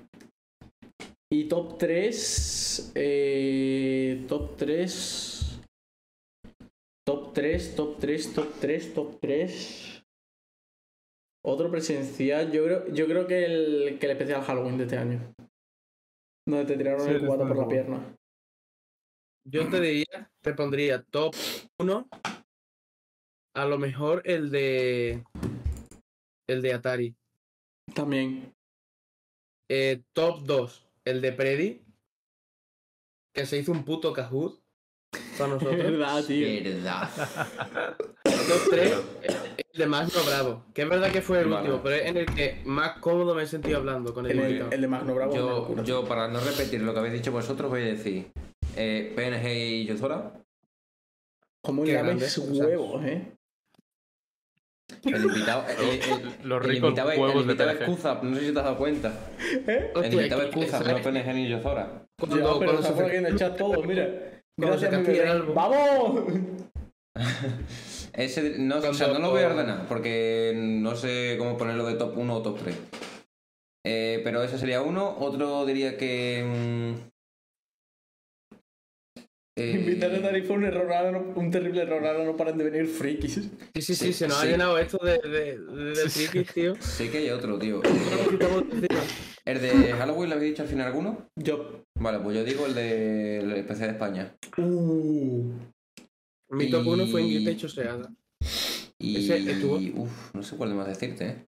Y top tres. Eh, top tres. Top tres, top tres, top tres, top tres. Otro presencial. Yo creo, yo creo que, el, que el especial Halloween de este año. Donde te tiraron Sí, el cubata sí, por la sí. pierna. Yo te diría, te pondría top uno. A lo mejor el de. El de Atari. También. Eh, top dos, el de Predi. Que se hizo un puto Kahoot. Para Es nosotros. verdad, tío. Verdad. Top tres, el de Magno Bravo. Que es verdad que fue el Vale. último, pero es en el que más cómodo me he sentido hablando con el El, invitado. el de Magno Bravo. es una Yo, locura. yo, para no repetir lo que habéis dicho vosotros, voy a decir eh, P N G y Yozora. Como Qué lames grande, o sea. huevos, eh. El invitado, el, el- Los el ricos invitado, el huevos de invitado es P N G. Kuzap, no sé si te has dado cuenta. ¿Eh? El Hostia, invitado es que- Kuzap, ¿sabes? no P N G ni Yozora. Cuando, Ya, pero cuando está se por fue- aquí en el chat todo, mira. Cuando se Gracias, mi cambia el bebé. álbum. ¡Vamos! Ese, no, o sea, no lo voy a ordenar porque no sé cómo ponerlo de top uno o top tres. Eh, pero ese sería uno. Otro diría que. mm, eh, Invitar a Dani fue un error, ahora no- un terrible error, ahora no paran de venir frikis. Sí, sí, sí, Sí, se nos sí. ha llenado esto de, de, de, de frikis, tío. Sé que hay otro, tío. No lo quitamos de encima. ¿El de Halloween lo habéis dicho al final alguno? Yo. Vale, pues yo digo el del P C de España. Uh. Mi top uno fue Y- Ingrid Choseada. Y. Ese estuvo- Uf, no sé cuál de más decirte, eh.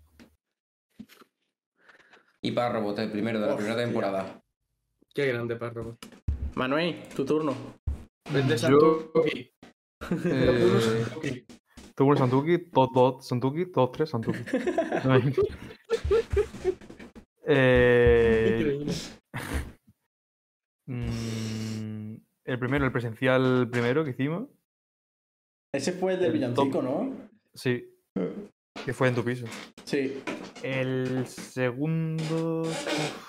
Y Párrobot, el primero de la Hostia. primera temporada. Qué grande, párrafo. Manuel, tu turno. El de Yo- Santuki. Top uno, Eh, Santuki. Tuvo el Santuki, top dos Santuki, top tres Santuki. Ay. eh, Increíble. mm, el primero, el presencial primero que hicimos. Ese fue el del El villancico, top. ¿no? Sí. Que fue en tu piso. Sí. El segundo. uf.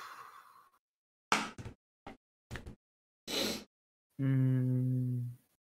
Mm.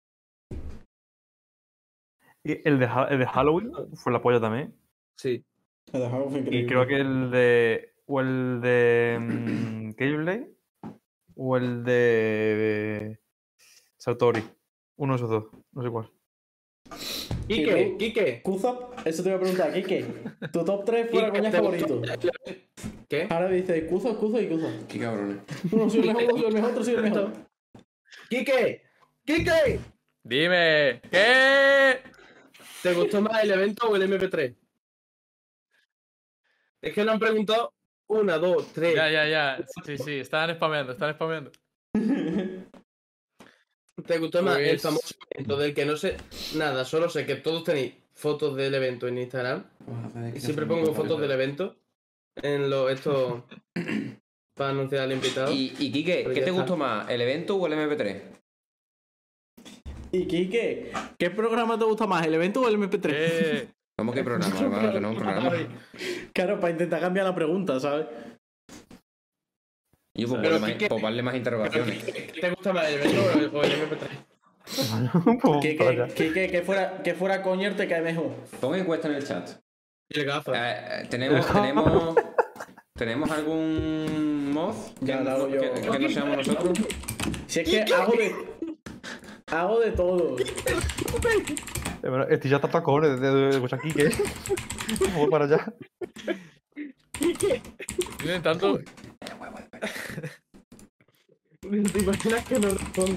Y el de, Ha- el de Halloween fue la polla también. Sí. El de Halloween fue Y increíble. creo que el de. O el de. mm, Gameplay. O el de. de Sartori. Uno de esos dos. No sé cuál. Quique, Quique. Kuzap, eso te iba a preguntar, Kike. Tu top tres fuera Quique, coña ¿te favorito. gustó? ¿Qué? Ahora dice Kuzap, Kuzap y Kuzap. Qué cabrones. Uno soy el mejor, uno soy el mejor, otro soy el mejor. ¡Quique! ¡Quique! Dime, ¿qué? ¿Te gustó más el evento o el M P tres? Es que lo han preguntado una, dos, tres. Ya, ya, ya. Sí, sí, están spameando, están spameando. ¿Te gustó más el Pues- famoso evento del que no sé nada? Solo sé que todos tenéis fotos del evento en Instagram. Y siempre pongo fotos del evento en lo esto para anunciar al invitado. Y, y Quique, Pero ¿qué ya te está. gustó más? ¿El evento o el M P tres? Y Kike, ¿qué programa te gusta más, el evento o el M P tres? Eh, ¿Cómo que programa, hermano? Que no es un programa. Claro, para intentar cambiar la pregunta, ¿sabes? Y pues, Pero ponle más, Quique- pues darle más Pero, interrogaciones. ¿qué, qué te gusta más, el evento o el, o el M P tres? Pues, Kike, para allá. Kike, que fuera, que fuera coñer te cae mejor. Pon encuesta en el chat. Y el gafas. Eh, eh, tenemos, tenemos, ¿Tenemos algún mod que, Ya, lo hago yo. que- que no seamos nosotros? Si es que hago de. Hago de todo. Eh, bueno, Estoy ya hasta tacones de, de, de escuchar aquí, ¿qué? Voy para allá. estoy intentando. ¿Te imaginas que no responde?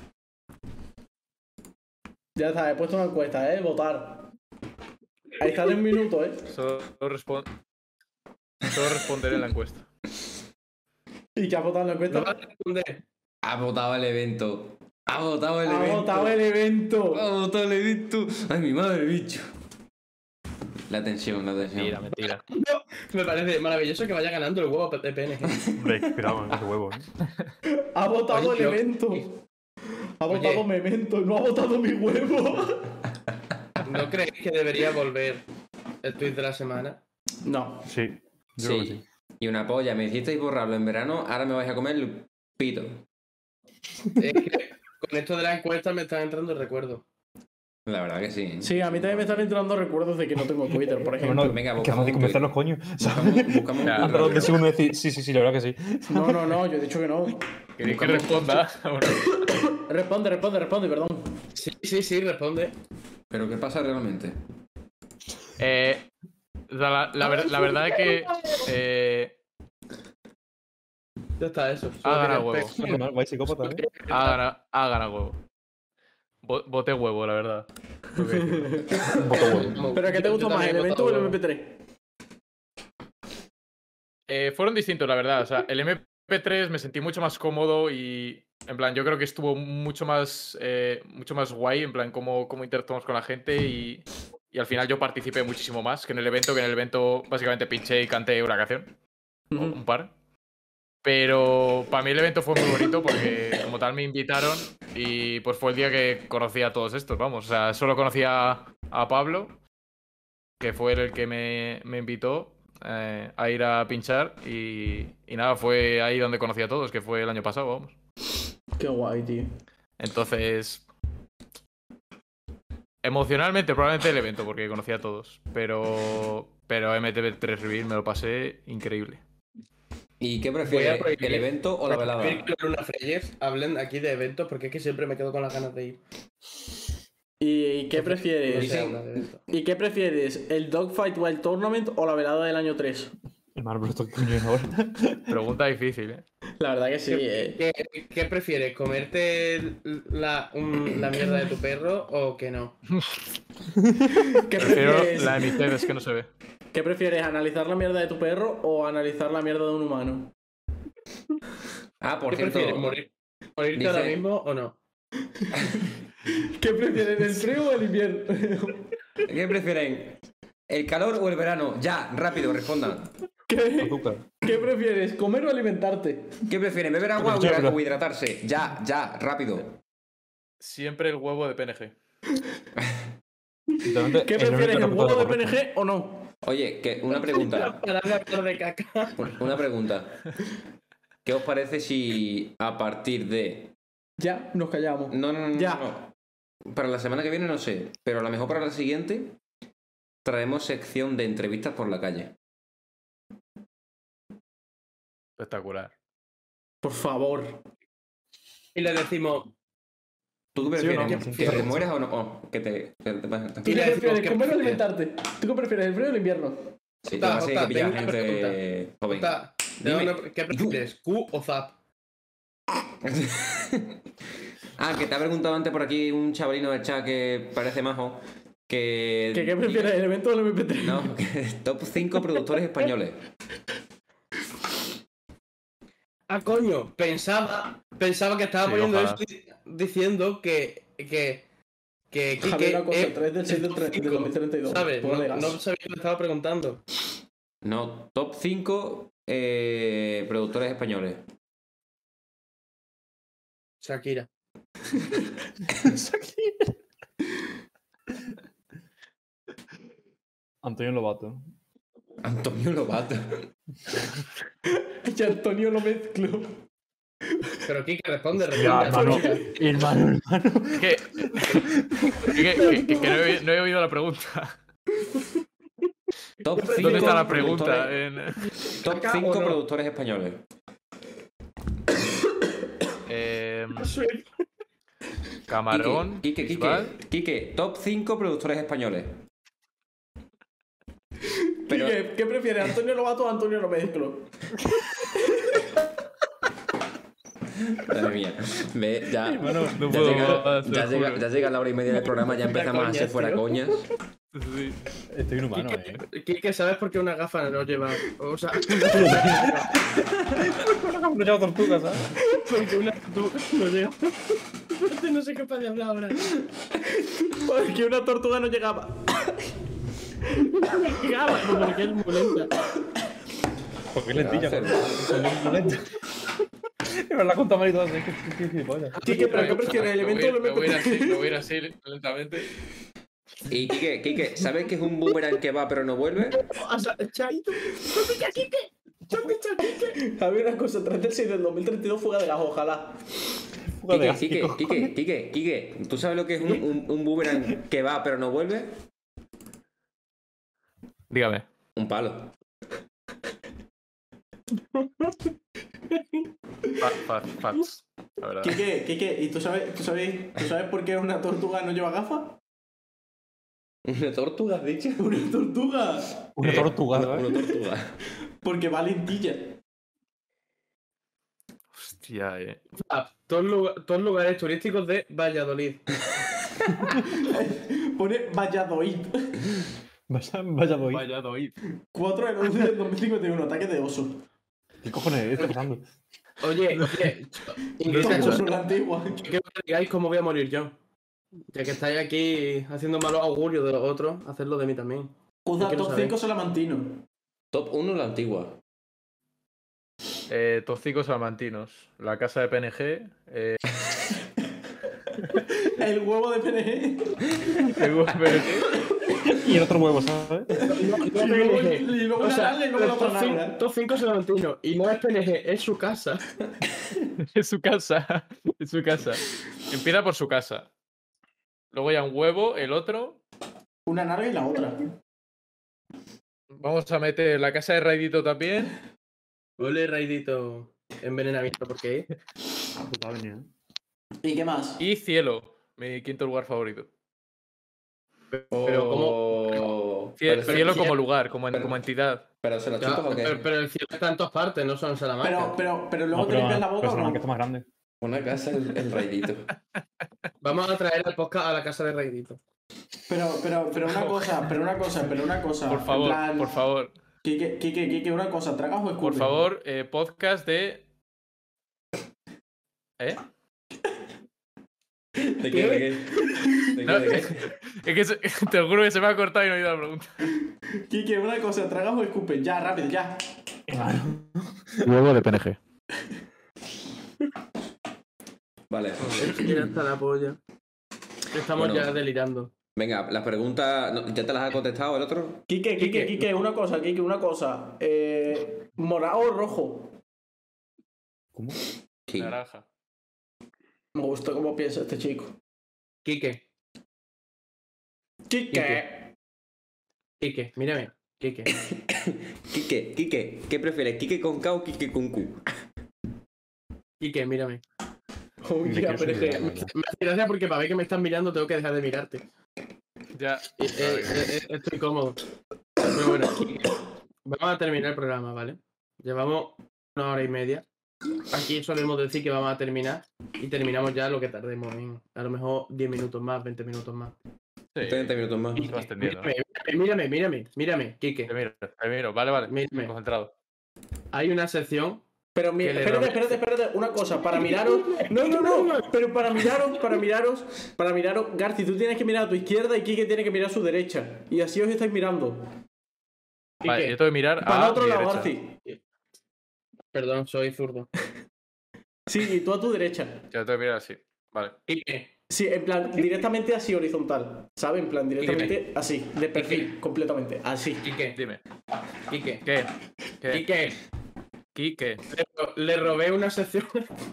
Ya está, he puesto una encuesta, ¿eh? Votar. Ahí está en un minuto, ¿eh? Solo, respon- solo responderé en la encuesta. ¿Y qué ha votado en la No encuesta? vas a responder. Ha votado el evento. Ha votado el Ha evento. votado el evento. Ha votado el evento. Ay, mi madre, bicho. La tensión, la tensión. Mentira, mentira. Me parece maravilloso que vaya ganando el huevo de P N G. Hombre, cuidado con ese huevo, ¿eh? Ha votado Oye, el yo- evento. Ha Oye. votado Memento, no ha votado mi huevo. ¿No creéis que debería volver el tweet de la semana? No. Sí, yo creo que Sí. sí. Y una polla, me hicisteis borrarlo en verano, ahora me vais a comer el pito. Es que con esto de la encuesta me están entrando recuerdos. La verdad que sí. Sí, a mí también me están entrando recuerdos de que no tengo Twitter, por ejemplo. Bueno, venga, que buscamos vamos a un comenzar tweet. los coños. Buscamos, buscamos un Ya, tweet Han tardado rápido. diez segundos de decir, sí, sí, sí, la verdad que sí. No, no, no, yo he dicho que no. ¿Queréis que responda? Bueno, Responde, responde, responde, perdón. Sí, sí, sí, responde. Pero ¿qué pasa realmente? eh, la, la ver- la verdad es que eh, Ya está eso. ha ganado Solo huevo. quería- Normal, vais psicópata, ¿eh? Ha ganado, ha ganado huevo. Vo- Voté huevo, la verdad. Tengo que decirlo. Voto huevo. ¿Pero qué te Yo gustó más, también el he evento o el votado M P tres? Eh, fueron distintos, la verdad. O sea, el M P tres me sentí mucho más cómodo y, en plan, yo creo que estuvo mucho más, eh, mucho más guay, en plan, cómo, cómo interactuamos con la gente y, y al final yo participé muchísimo más que en el evento, que en el evento básicamente pinché y canté una canción, o Ujú. un par. Pero para mí el evento fue muy bonito porque como tal me invitaron y pues fue el día que conocí a todos estos, vamos. O sea, solo conocía a Pablo, que fue el que me, me invitó eh, a ir a pinchar y, y nada, fue ahí donde conocí a todos, que fue el año pasado, vamos. Qué guay, tío. Entonces, emocionalmente probablemente el evento porque conocí a todos, pero, pero M T tres Reveal me lo pasé increíble. ¿Y qué Voy a prefieres, prohibir- el evento o la voy a velada? prohibir que Luna Freyers hablen aquí de eventos porque es que siempre me quedo con las ganas de ir. ¿Y, y qué No prefieres? sé hablar de eventos. ¿Y qué prefieres? ¿El Dogfight Wild Tournament o la velada del año tres? Hermano, pero esto qué coño es ahora. Pregunta difícil, ¿eh? La verdad que sí, eh. ¿Qué, qué prefieres? ¿Comerte la, un- la mierda de tu perro o que no? ¿Qué Prefiero prefieres? la de mi T V, es que no se ve. ¿Qué prefieres? ¿Analizar la mierda de tu perro o analizar la mierda de un humano? Ah, por ¿Qué cierto, prefieres? ¿Morir, ¿Morirte dice- ahora mismo o no? ¿Qué prefieres? ¿El frío o el invierno? ¿qué prefieren? ¿El calor o el verano? Ya, rápido, respondan. ¿Qué, Azúcar. ¿Qué prefieres? ¿Comer o alimentarte? ¿Qué prefieren? ¿Beber agua o Pero, hidra- pero- o hidratarse? Ya, ya, rápido. Siempre el huevo de P N G. Literalmente, ¿Qué es la prefieres? única ¿El respuesta huevo de correcta. P N G o no? Oye, que una pregunta. Para de hablar de caca. Una pregunta. ¿Qué os parece si a partir de... Ya, nos callamos. No, no, no, Ya. no. Para la semana que viene no sé, pero a lo mejor para la siguiente traemos sección de entrevistas por la calle. Espectacular. Por favor. Y le decimos, ¿Tú qué ¿Sí o no? prefieres? Sí. ¿Que te mueras o no? Oh, que te... Que te, ¿Tú Y qué le prefieres? decimos que ¿Comer o prefieres. alimentarte? ¿Tú qué prefieres? ¿El frío o el invierno? Sí, Jota, te vas a Jota, que pillar venga, gente joven. "Jota, ¿de Dime. dónde- ¿qué prefieres? ¿Q o Zap? Ah, que te ha preguntado antes por aquí un chavalino del chat que parece majo. Que... ¿Qué, ¿Qué prefieres? ¿El evento o el M P tres? No, que top cinco productores españoles. Ah, coño, pensaba, pensaba que estaba Sí, poniendo ojalá. esto di- diciendo que, que, que Javier Quique Acosta, es tres del seis del top tre- del cinco, dos mil treinta y dos. ¿sabes? No, Bodegas. no sabía que lo estaba preguntando. No, top cinco eh, productores españoles. Shakira. Antonio Lobato. Antonio Lobato. Y Antonio lo mezclo. Pero Quique, responde, Ya, responde. hermano. Hermano, hermano. Que, que, que- que- que no, he, no he oído la pregunta. Top cinco ¿Dónde está la productores- pregunta? En- Top ¿Acá cinco o no? productores españoles. em, Camarón. Quique, Quique, Bisbal. Quique, Quique, top cinco productores españoles. Pero, ¿Qué, ¿Qué prefieres? ¿Antonio Lobato o Antonio lo mezclo? madre mía, ve, ya, Bueno, no ya, puedo llega, más, te ya, lo llega, juro. ya llega la hora y media del programa, ya empezamos a coñas, hacer fuera tío. coñas. Sí. Estoy inhumano, eh. Quique, ¿sabes por qué una gafa no lleva? O sea, No llevo tortugas, ¿sabes? porque una tú no lleva. aparte no soy capaz de hablar ahora. Porque una tortuga no llegaba. Llegaba, porque es muy lenta. Porque es lentilla, hacer? porque es muy lenta. Pero la conta mal y todo, es que qué gilipollas. Quique, ¿pero qué prefieres? ¿El evento o el Lo voy a ir así, M P tres? lo voy a ir así lentamente. Y Kike, Kike, ¿sabes que es un boomerang que va pero no vuelve? O sea, Chaito. ¿Dónde está Kike? ¿Dónde está Kike? Había una cosa, tres del seis del dos mil treinta y dos, fuga de gas, ojalá. Fuga de Kike, gas, Kike, Kike, Kike, Kike, ¿tú sabes lo que es un, un, un boomerang que va pero no vuelve? Dígame. Un palo. Fa- fa- Facts. La verdad. Quique, Quique, ¿y tú sabes, tú, sabes, tú sabes por qué una tortuga no lleva gafas? ¿Una tortuga has dicho? ¡Una tortuga! Una tortuga, Una, ¿sabes? una tortuga. Porque va lentilla. Hostia, eh. Ah, todos lugar- todos lugares turísticos de Valladolid. Pone Valladolid. Vaya, vaya doy. Vaya doid. cuatro de once del dos mil cincuenta y uno, ataque de oso. ¿Qué cojones está pasando? Oye, oye, Ingrid, Esto chacho, es una antigua. quiero que digáis cómo voy a morir yo. Ya que estáis aquí haciendo malos augurios de los otros, hacedlo de mí también. Usa quiero top saber. cinco salamantino. Top uno la antigua. Eh, Tocicos salmantinos. La casa de P N G. Eh, El huevo de P N G. el huevo de P N G. Y el otro huevo, ¿sabes? Y luego, y luego O una sea, nalga y luego la otra nalga. top cinco salmantinos. Y no es P N G, es su casa. Es su casa. Es su casa. Empieza por su casa. Luego ya un huevo, el otro. Una nalga y la otra. Vamos a meter la casa de Raidito también. Ole, Raidito. Envenenamiento, ¿por qué? Puta avenida. ¿Y qué más? Y cielo. Mi quinto lugar favorito. Pero ¿cómo? Oh, Cie- pero, cielo pero, como lugar, como, en- pero- como entidad. pero se lo Ya, chupas o qué? pero, pero el cielo está en todas partes, no solo en Salamanca. Pero, pero, pero luego No, te pero, limpias la pero boca o Salamanca no. está más grande. Una casa el, el raidito. Vamos a traer el podcast a la casa de Raidito. Pero, pero, pero una cosa, pero una cosa, pero una cosa. Por favor, en plan, por favor. Quique, Quique, Quique, una cosa, ¿tragas o escupes? Por favor, eh, podcast de. ¿Eh? ¿De qué? ¿De qué? ¿De qué? No, ¿De qué? es que se- te juro que se me ha cortado y no he oído la pregunta. Quique, una cosa, ¿tragas o escupes? Ya, rápido, ya. Huevo de P N G. Vale. Ya está la polla. Estamos Bueno. ya delirando. Venga, las preguntas. no, ¿Ya te las ha contestado el otro? Quique, Quique, Quique. Quique, una cosa, Quique, una cosa. Eh, ¿morado o rojo? ¿Cómo? Sí. Naranja. Me gusta cómo piensa este chico. Quique, Quique. Quique. Quique, mírame. Quique. Quique, Quique, ¿qué prefieres? ¿Quique con K o Quique con Q? Quique, mírame. Uy, Me ya, quiero pero es subir que- la mano. Me hace gracia porque para ver que me estás mirando tengo que dejar de mirarte. Ya. Eh, eh, eh, estoy cómodo. Pero bueno, Quique, vamos a terminar el programa, ¿vale? Llevamos una hora y media. Aquí solemos decir que vamos a terminar y terminamos ya lo que tardemos en a lo mejor diez minutos más, veinte minutos más. Sí. treinta minutos más. Se va extendiendo, ¿no? Mírame, mírame, mírame, mírame, Quique. Te miro, te miro. Vale, vale. Mírame. Concentrado. Hay una sección. Pero mi- Que le espérate, robe. espérate, espérate, una cosa, para miraros. No, no, no, pero para miraros, para miraros, para miraros, Garci, tú tienes que mirar a tu izquierda y Quique tiene que mirar a su derecha. Y así os estáis mirando. Vale, Quique, yo tengo que mirar Para a el otro mi lado, derecha. Garci. Perdón, soy zurdo. Sí, y tú a tu derecha. Yo tengo que mirar así. Vale. Quique, Sí, en plan, directamente así horizontal. ¿Sabes? En plan, directamente así, de perfil, completamente. Así. Quique, Dime. Quique, ¿Qué? ¿Qué? Quique. Quique. Le, ro- le robé una sección.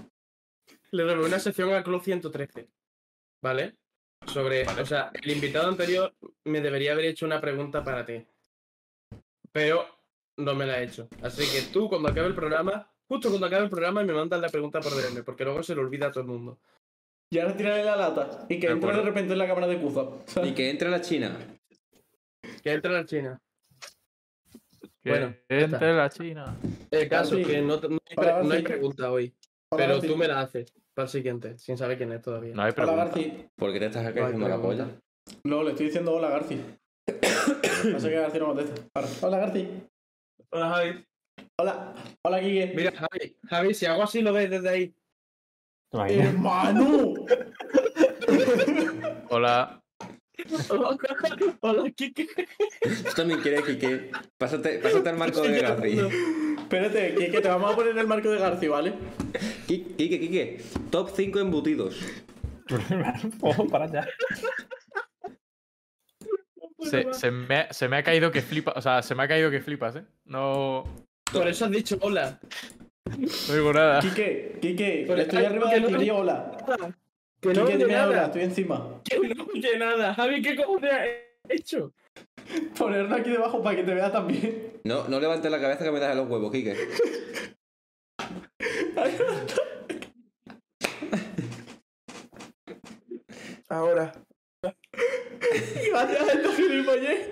Le robé una sección a Club ciento trece. ¿Vale? Sobre. O sea, el invitado anterior me debería haber hecho una pregunta para ti. Pero no me la ha hecho. Así que tú, cuando acabe el programa, justo cuando acabe el programa, me mandas la pregunta por D M, porque luego se le olvida a todo el mundo. Y ahora tírale la lata. Y que De entre de acuerdo. repente en la cámara de Cuza. Y que entre la China. Que entra la China. Que Bueno, ya está. entre la China. El caso Sí. es que no, te- no hay, Hola, pre- no hay Garci. pregunta hoy. Hola, Pero Garci. tú me la haces para el siguiente, sin saber quién es todavía. No hay Hola, pregunta. Garci. ¿Por qué te estás No hay acariciando la pregunta. polla? No, le estoy diciendo hola, Garci. No sé qué Garci no contesta. Ahora, hola, Garci. Hola, Javi. Hola. Hola, Quique. Mira, Javi, Javi, si hago así lo ves desde ahí. ¿Te imaginas? ¡Hermano! Hola. Hola, Kike. Tú también quieres, Kike. Pásate, pásate al marco de Garci. Espérate, Kike, te vamos a poner en el marco de Garci, ¿vale? Kike, Kike, Kike. Top cinco embutidos. Ojo, para allá. Se, se, me, ha- se me ha caído que flipa. O sea, se me ha caído que flipas, ¿eh? No. Por eso has dicho hola. No digo nada. Kike, Kike, Pero- estoy ay, arriba que de no- ti, di hola. Que no Kike, oye dime hola, nada. estoy encima. Que no oye nada. Javi, ¿qué cojones has hecho? Ponerlo aquí debajo para que te vea también. No, no levantes la cabeza que me das en los huevos, Kike. Ahora. Gracias a estos gilipollez.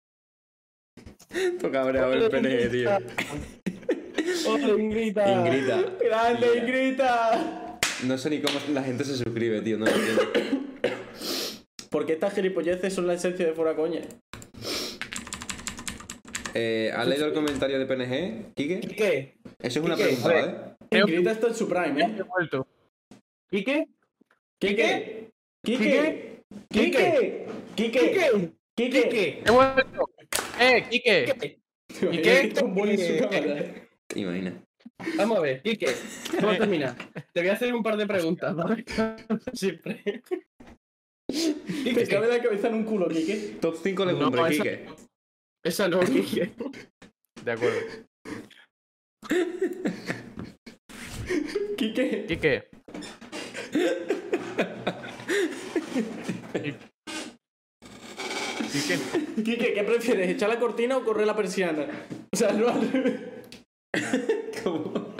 Tú cabreado el P N G, tío. Hola, Ingrita. Ingrita. ¡Grande, Ingrita! No sé ni cómo la gente se suscribe, tío. No lo entiendo. Porque estas gilipolleces son la esencia de fuera coña. Eh, ¿Has leído el comentario de P N G, Kike? ¿Qué? Eso es una Quique, pregunta, a ver. ¿vale? Creo que- Ingrita está en su prime, He ¿eh? vuelto. ¿Y qué? Kike. ¿Quique? Kike. Kike. Kike. Kike. ¿Qué? He vuelto. ¡Eh, Kike! ¿Qué? ¿Y qué? Con boli en su cámara. Imagina. Vamos a ver, Quique. ¿Cómo termina? Te voy a hacer un par de preguntas, ¿vale? Siempre. Te cabe la cabeza en un culo, Kike. Top cinco legumbres, No, esa- Kike. Esa no, Quique. De acuerdo. Kike. Kike. Kike. Kike, ¿qué prefieres? ¿Echar la cortina o correr la persiana? O sea, no al revés. ¿Cómo?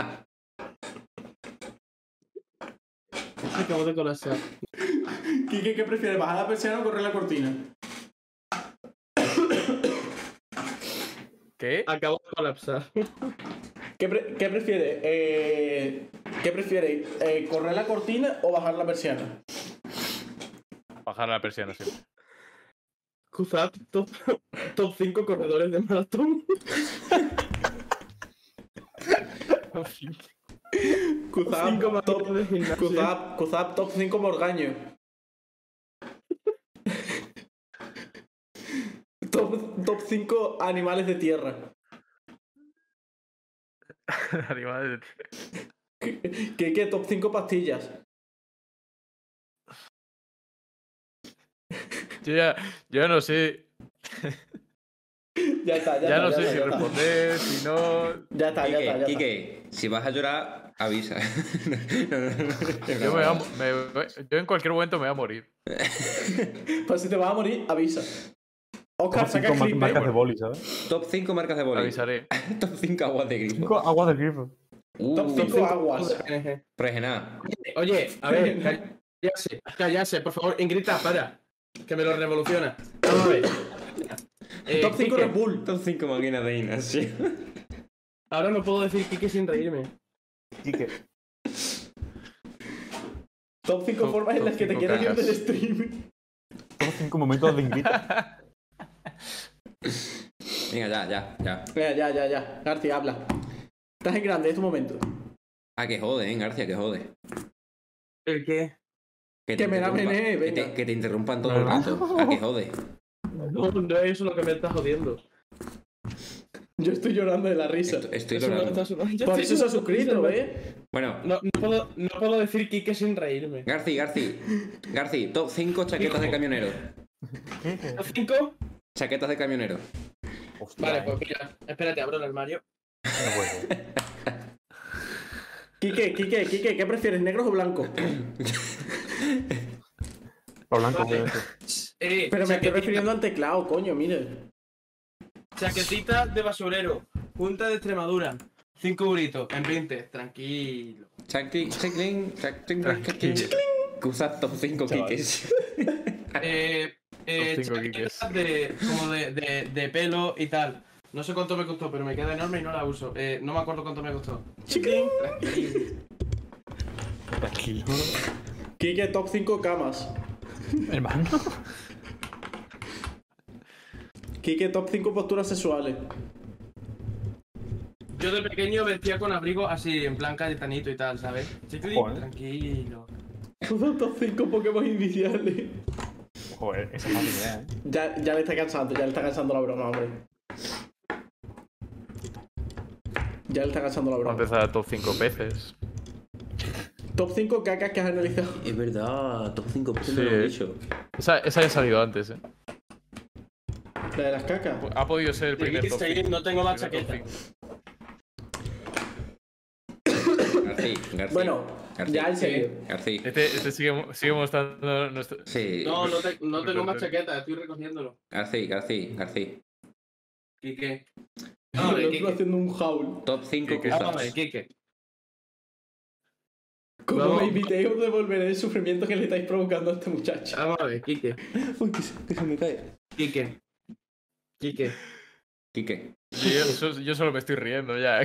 Acabo de colapsar. Kike, ¿qué prefieres? ¿Bajar la persiana o correr la cortina? ¿Qué? Acabo de colapsar. ¿Qué, pre- qué prefieres? Eh, ¿Qué prefieres? Eh, ¿Correr la cortina o bajar la persiana? Bajar la persiana, sí. Kuzap, top, top cinco corredores de maratón. Kuzap, cinco más top, de gimnasio. Kuzap, Kuzap, top cinco morgaño. Top, top cinco animales de tierra. Animales de- ¿Qué, qué? Top cinco pastillas. Yo ya, yo ya no sé. Ya está, ya, Ya está. no ya sé está, si ya está. responder, si no. Ya está, ya está, ya Kike, está. Kike, si vas a llorar, avisa. No, no, no, no. Yo, me voy a mo- me voy- yo en cualquier momento me voy a morir. Pues si te vas a morir, avisa. Oscar, Top saca cinco clip, marcas ¿eh? de boli, ¿sabes? Top cinco marcas de boli. Avisaré. Top cinco aguas de grifo. Cinco aguas del grifo. Uh, Top cinco aguas. Pregená. Oye, a ver, callarse, callarse, por favor. Ingrita, para. Que me lo revoluciona. Vamos a ver. Eh, Top cinco Quique, Red Bull. Top cinco máquinas de gimnasio. ahora no puedo decir Kike sin reírme. Quique. Top cinco Top- formas en top las que te cinco quieres ir cagas. del stream. Top cinco momentos de Ingrita. Venga, ya, ya, ya. Venga, ya, ya, ya. García, habla. Estás en grande, es tu momento. Ah, que jode, eh, García, que jode. ¿El qué? Que, Que me la interrumpa- menee, que, te, venga. que te interrumpan todo el rato. Ah, que jode. No, no es eso lo que me está jodiendo. Yo estoy llorando de la risa. Estoy, estoy Eso me llorando. está sonando. Yo Por estoy eso se ha llorando. suscrito, ¿eh? Bueno, No, no, puedo, no puedo decir Kike sin reírme. Garci, Garci. Garci, top cinco chaquetas de camionero. ¿Top cinco? Chaquetas de camionero. Hostia, Vale, eh. pues mira, espérate, abro el armario. No puede. Quique, Quique, Quique, ¿qué prefieres, negros o blancos? Lo blanco, Vale. obviamente. Eh, Pero me estoy chaquetita- refiriendo al teclado, coño, mire. Chaquetita de basurero, Junta de Extremadura, cinco euritos, en veinte, tranquilo. Chaclin, chaclin, chaclin, chaclin. Cruzad top cinco Chaval. kikes. Eh, eh, Los cinco chaquetas quiques. de, como de, de, de pelo y tal. No sé cuánto me costó, pero me queda enorme y no la uso. Eh, no me acuerdo cuánto me costó. Chiquín. Tranquilo. Tranquilo. Quique, top cinco camas. Hermano. Quique, top cinco posturas sexuales. yo de pequeño vestía con abrigo así, en plan cayetanito y tal, ¿sabes? Chiquili, Joder. tranquilo. Estos cinco Pokémon iniciales. Joder, esa es mala idea, ¿eh? Ya, ya le está cansando, ya le está cansando la broma, hombre. Ya le está cansando la Vamos a broma. empezar top cinco peces. Top cinco cacas que has analizado. Es verdad, top cinco Sí, no lo he eh. dicho. Esa, esa ya ha salido antes, eh. La de las cacas. Ha podido ser el primer Seguid, top seguid, cinco. no tengo más Primer top chaqueta. cinco. García, García. Bueno, García. ya en serio. García. Este, este sigue, sigue mostrando nuestro... Sí. No, no, te- no tengo más chaqueta, estoy recogiéndolo. García, García, García. Quique. Ah, Ah, el vale, otro Quique. haciendo un howl. Top cinco ¿Qué- qué- Ah, cosas. vale, Quique. Como Vamos. me invité, os devolveré el sufrimiento que le estáis provocando a este muchacho. Vamos a ver, Quique. Uy, que se, que se me cae. Quique. Quique. Quique. Sí, yo, yo- yo solo me estoy riendo ya.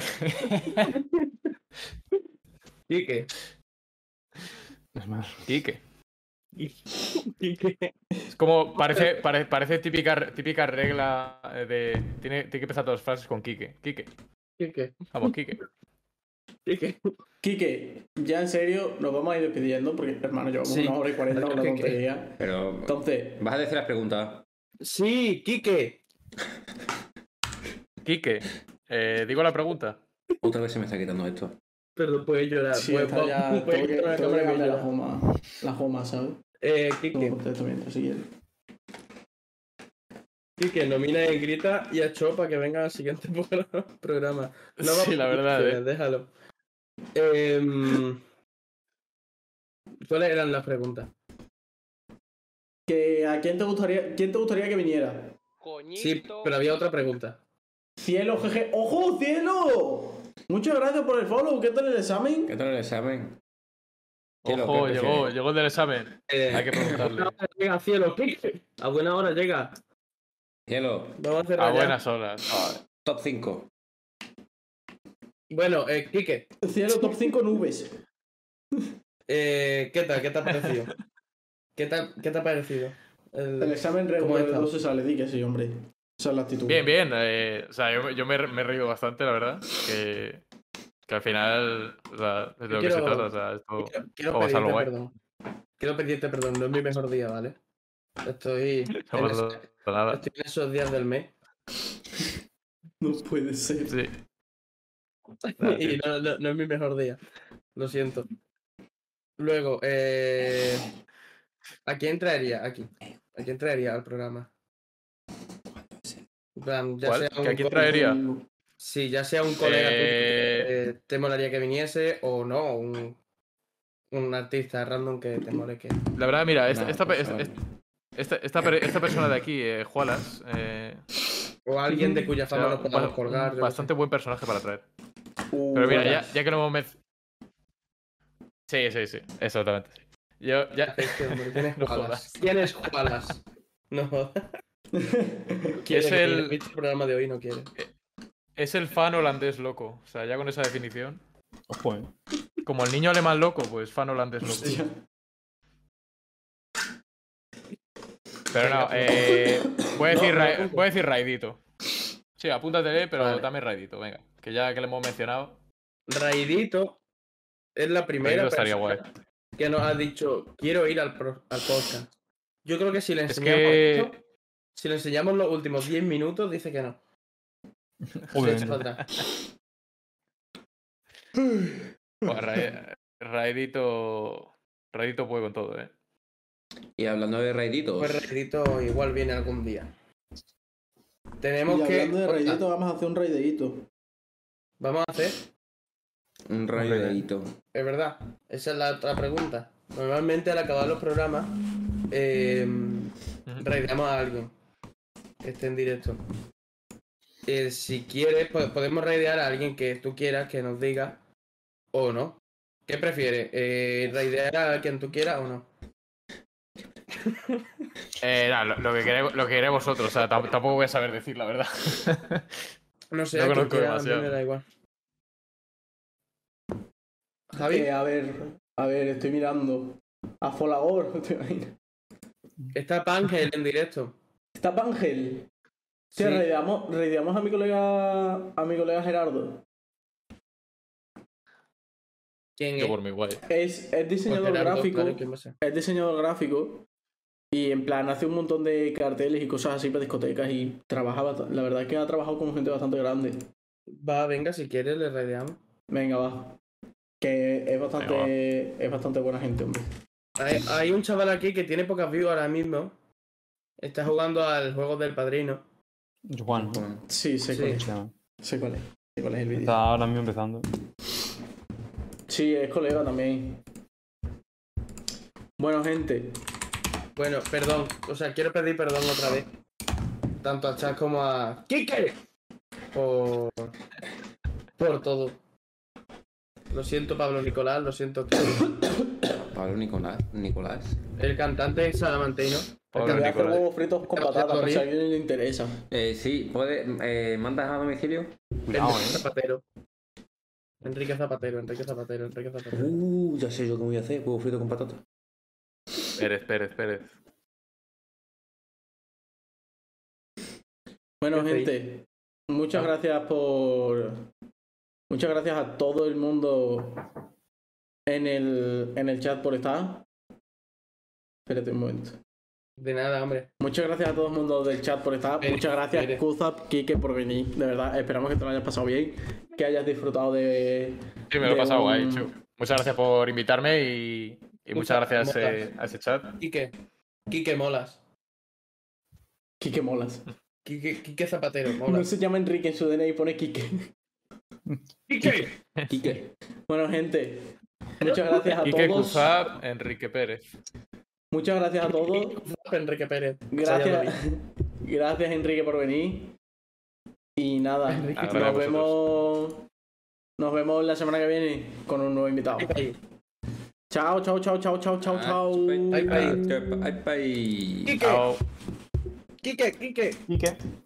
Quique. Es más. Quique. Quique. Es como, parece, pare- parece típica, típica regla de... Tiene, tiene que empezar todas las frases con Quique. Quique. Quique. Vamos, Quique. Quique. Quique, ya en serio, nos vamos a ir despidiendo porque, hermano, llevamos Sí. una hora y cuarenta con la Quique. tontería. Pero. Entonces, Vas a decir las preguntas. Sí, Quique. Quique. Eh, ¿Digo la pregunta? Otra vez se me está quitando esto. Perdón, puedes llorar. sí, puedes- está ya. puedes Tengo que, llorar a tengo cámara que que darle la llora. joma, la joma, ¿sabes? Eh, Luego Quique. contesto mientras, si quieres. Quique, nomina en Grita y a Cho para que venga al siguiente programa. No Sí, vamos la a verdad, opciones, eh. déjalo. Em, ¿Cuáles eran las preguntas? Que, ¿A quién te gustaría, quién te gustaría que viniera? Sí, pero había otra pregunta. Cielo, jeje. ¡Ojo, Cielo! Muchas gracias por el follow. ¿Qué tal el examen? ¿Qué tal el examen? Cielo, Ojo, ¿qué llegó, prefieres? llegó el del examen. Eh, Hay que preguntarle. a buena hora llega, Cielo, Quique. A buena hora llega. Cielo, Vamos a cerrar A ya. buenas horas. top cinco. Bueno, eh, Quique, Cielo, top cinco nubes. eh, ¿qué tal? ¿Qué te ha parecido? ¿Qué tal, qué te ha parecido? El- El examen ¿Cómo regular está? no se sale, di que sí, hombre. Esa es la actitud. Bien, bien. eh, o sea, yo, yo me, me he reído bastante, la verdad. Que, que al final, o sea, es de lo que se Quiero- trata. O sea, esto... Quiero, quiero Vamos a pasarlo pedirte guay. perdón. Quiero pedirte perdón, no es mi mejor día, ¿vale? Estoy No en, pasa ese- nada. estoy en esos días del mes No puede ser. Sí. y no, no- no es mi mejor día. Lo siento. Luego, eh, ¿a quién traería aquí? ¿A quién traería al programa? En plan, ya ¿Cuál? sea ¿Que un a quién co- traería? Sí, ya sea un colega tuyo Eh, que eh, te molaría que viniese o no, un, un artista random que te mole que... La verdad, mira, esta, Nah, esta, por esta, favor. esta, esta per- esta persona de aquí, eh, Jualas, eh, O alguien de cuya fama será nos un podamos ba- colgar. un yo qué bastante buen personaje para traer. Uh, Pero mira, ya, buenas. ya que lo hemos mencionado. Sí, sí, sí, exactamente. Yo, ya... sé. Es que, hombre, ¿Quién es No Jualas? jodas. ¿Quién es Jualas? No jodas. Quiere Es que el- el programa de hoy no quiere. Es el fan holandés loco. O sea, ya con esa definición. Ojo, eh. Como el niño alemán loco, pues fan holandés loco. Hostia. Pero no, eh, voy, a decir No, Ra- no, voy a decir Raidito. Sí, apúntatele, pero Vale. dame Raidito, venga. Que ya que le hemos mencionado, Raidito es la primera Raidito estaría guay. persona que nos ha dicho quiero ir al, pro- al podcast. Yo creo que si le Es enseñamos que... esto, si le enseñamos los últimos diez minutos, dice que no. Se echa Obviamente. para atrás. Buah, Ra- Raidito... Raidito puede con todo, eh. Y hablando de raiditos. Pues Raidito igual viene algún día. Tenemos Y que. hablando de Oiga, raidito, vamos a hacer un raideíto. Vamos a hacer. Un raidito. Es verdad. Esa es la otra pregunta. Normalmente al acabar los programas, eh, raideamos a alguien que esté en directo. Eh, si quieres, pues, podemos raidear a alguien que tú quieras que nos diga o no. ¿Qué prefieres? Eh, ¿Raidear a quien tú quieras o no? Eh, no, lo, lo que queréis, lo que queréis vosotros, o sea, tam- tampoco voy a saber decir, la verdad. No sé, No a quien conozco quiera, a mí demasiado. me da igual. Javi, Eh, a ver, a ver, estoy mirando. A Folagor, ¿te imaginas? está Pangel en directo. Está Pangel. Sí. Sí, raideamos, raideamos a mi colega a mi colega Gerardo. ¿Quién Yo es? por mi guay. Es, es diseñador Gerardo, gráfico. claro, ¿quién va a ser? Es diseñador gráfico. Y en plan hace un montón de carteles y cosas así para discotecas. Y trabaja bast- La verdad es que ha trabajado con gente bastante grande. Va, venga, si quieres le raideamos. Venga, va. Que es bastante. Es bastante buena gente, hombre. Hay, hay un chaval aquí que tiene pocas views ahora mismo. Está jugando al juego del padrino. Juan, ¿no? Sí, sé Sí. cuál es. Se llama. Sé cuál es. Sé cuál es el vídeo. Está ahora mismo empezando. Sí, es colega también. Bueno, gente. Bueno, perdón. O sea, quiero pedir perdón otra vez. Tanto a Chas como a Kike. Por... Por todo. Lo siento, Pablo Nicolás. Lo siento. Pablo Nicolás. Nicolás. El cantante es salamantino. Pablo Te voy a hacer Nicolás. huevos fritos con patatas por si a alguien le interesa. Eh, sí, ¿puedes, eh, ¿mandas a domicilio? Cuidado, Enrique eh. Zapatero. Enrique Zapatero, Enrique Zapatero, Enrique Zapatero. Uh, ya sé yo qué voy a hacer. Huevo frito con patata. Pérez, Pérez, Pérez. Bueno, Qué gente. Muchas Ah. gracias por. Muchas gracias a todo el mundo en el, en el chat por estar. Espérate un momento. De nada, hombre. Muchas gracias a todo el mundo del chat por estar. Pérez, Muchas gracias, Pérez. Kuzap, Kike, por venir. De verdad, esperamos que te lo hayas pasado bien. Que hayas disfrutado de. Sí, me lo he de pasado un- guay, Chu. Muchas gracias por invitarme y, y muchas gracias a ese, a ese chat. Quique. Quique Molas. Kike molas. Quique, Quique Zapatero, No molas. se llama Enrique en su D N I y pone Kike. ¡Quique! Kike. Bueno, gente. Muchas gracias a Quique todos. Kuzap, Enrique Pérez. Muchas gracias a todos. Enrique Pérez. Gracias. Gracias, Enrique, por venir. Y nada, Enrique, nos gracias a vosotros. vemos. Nos vemos la semana que viene con un nuevo invitado. Ay, Chao, chao, chao, chao, chao, chao, chao. Ay, ay. Ay, ay. Quique, Chao. Quique, Quique. ¿Y qué?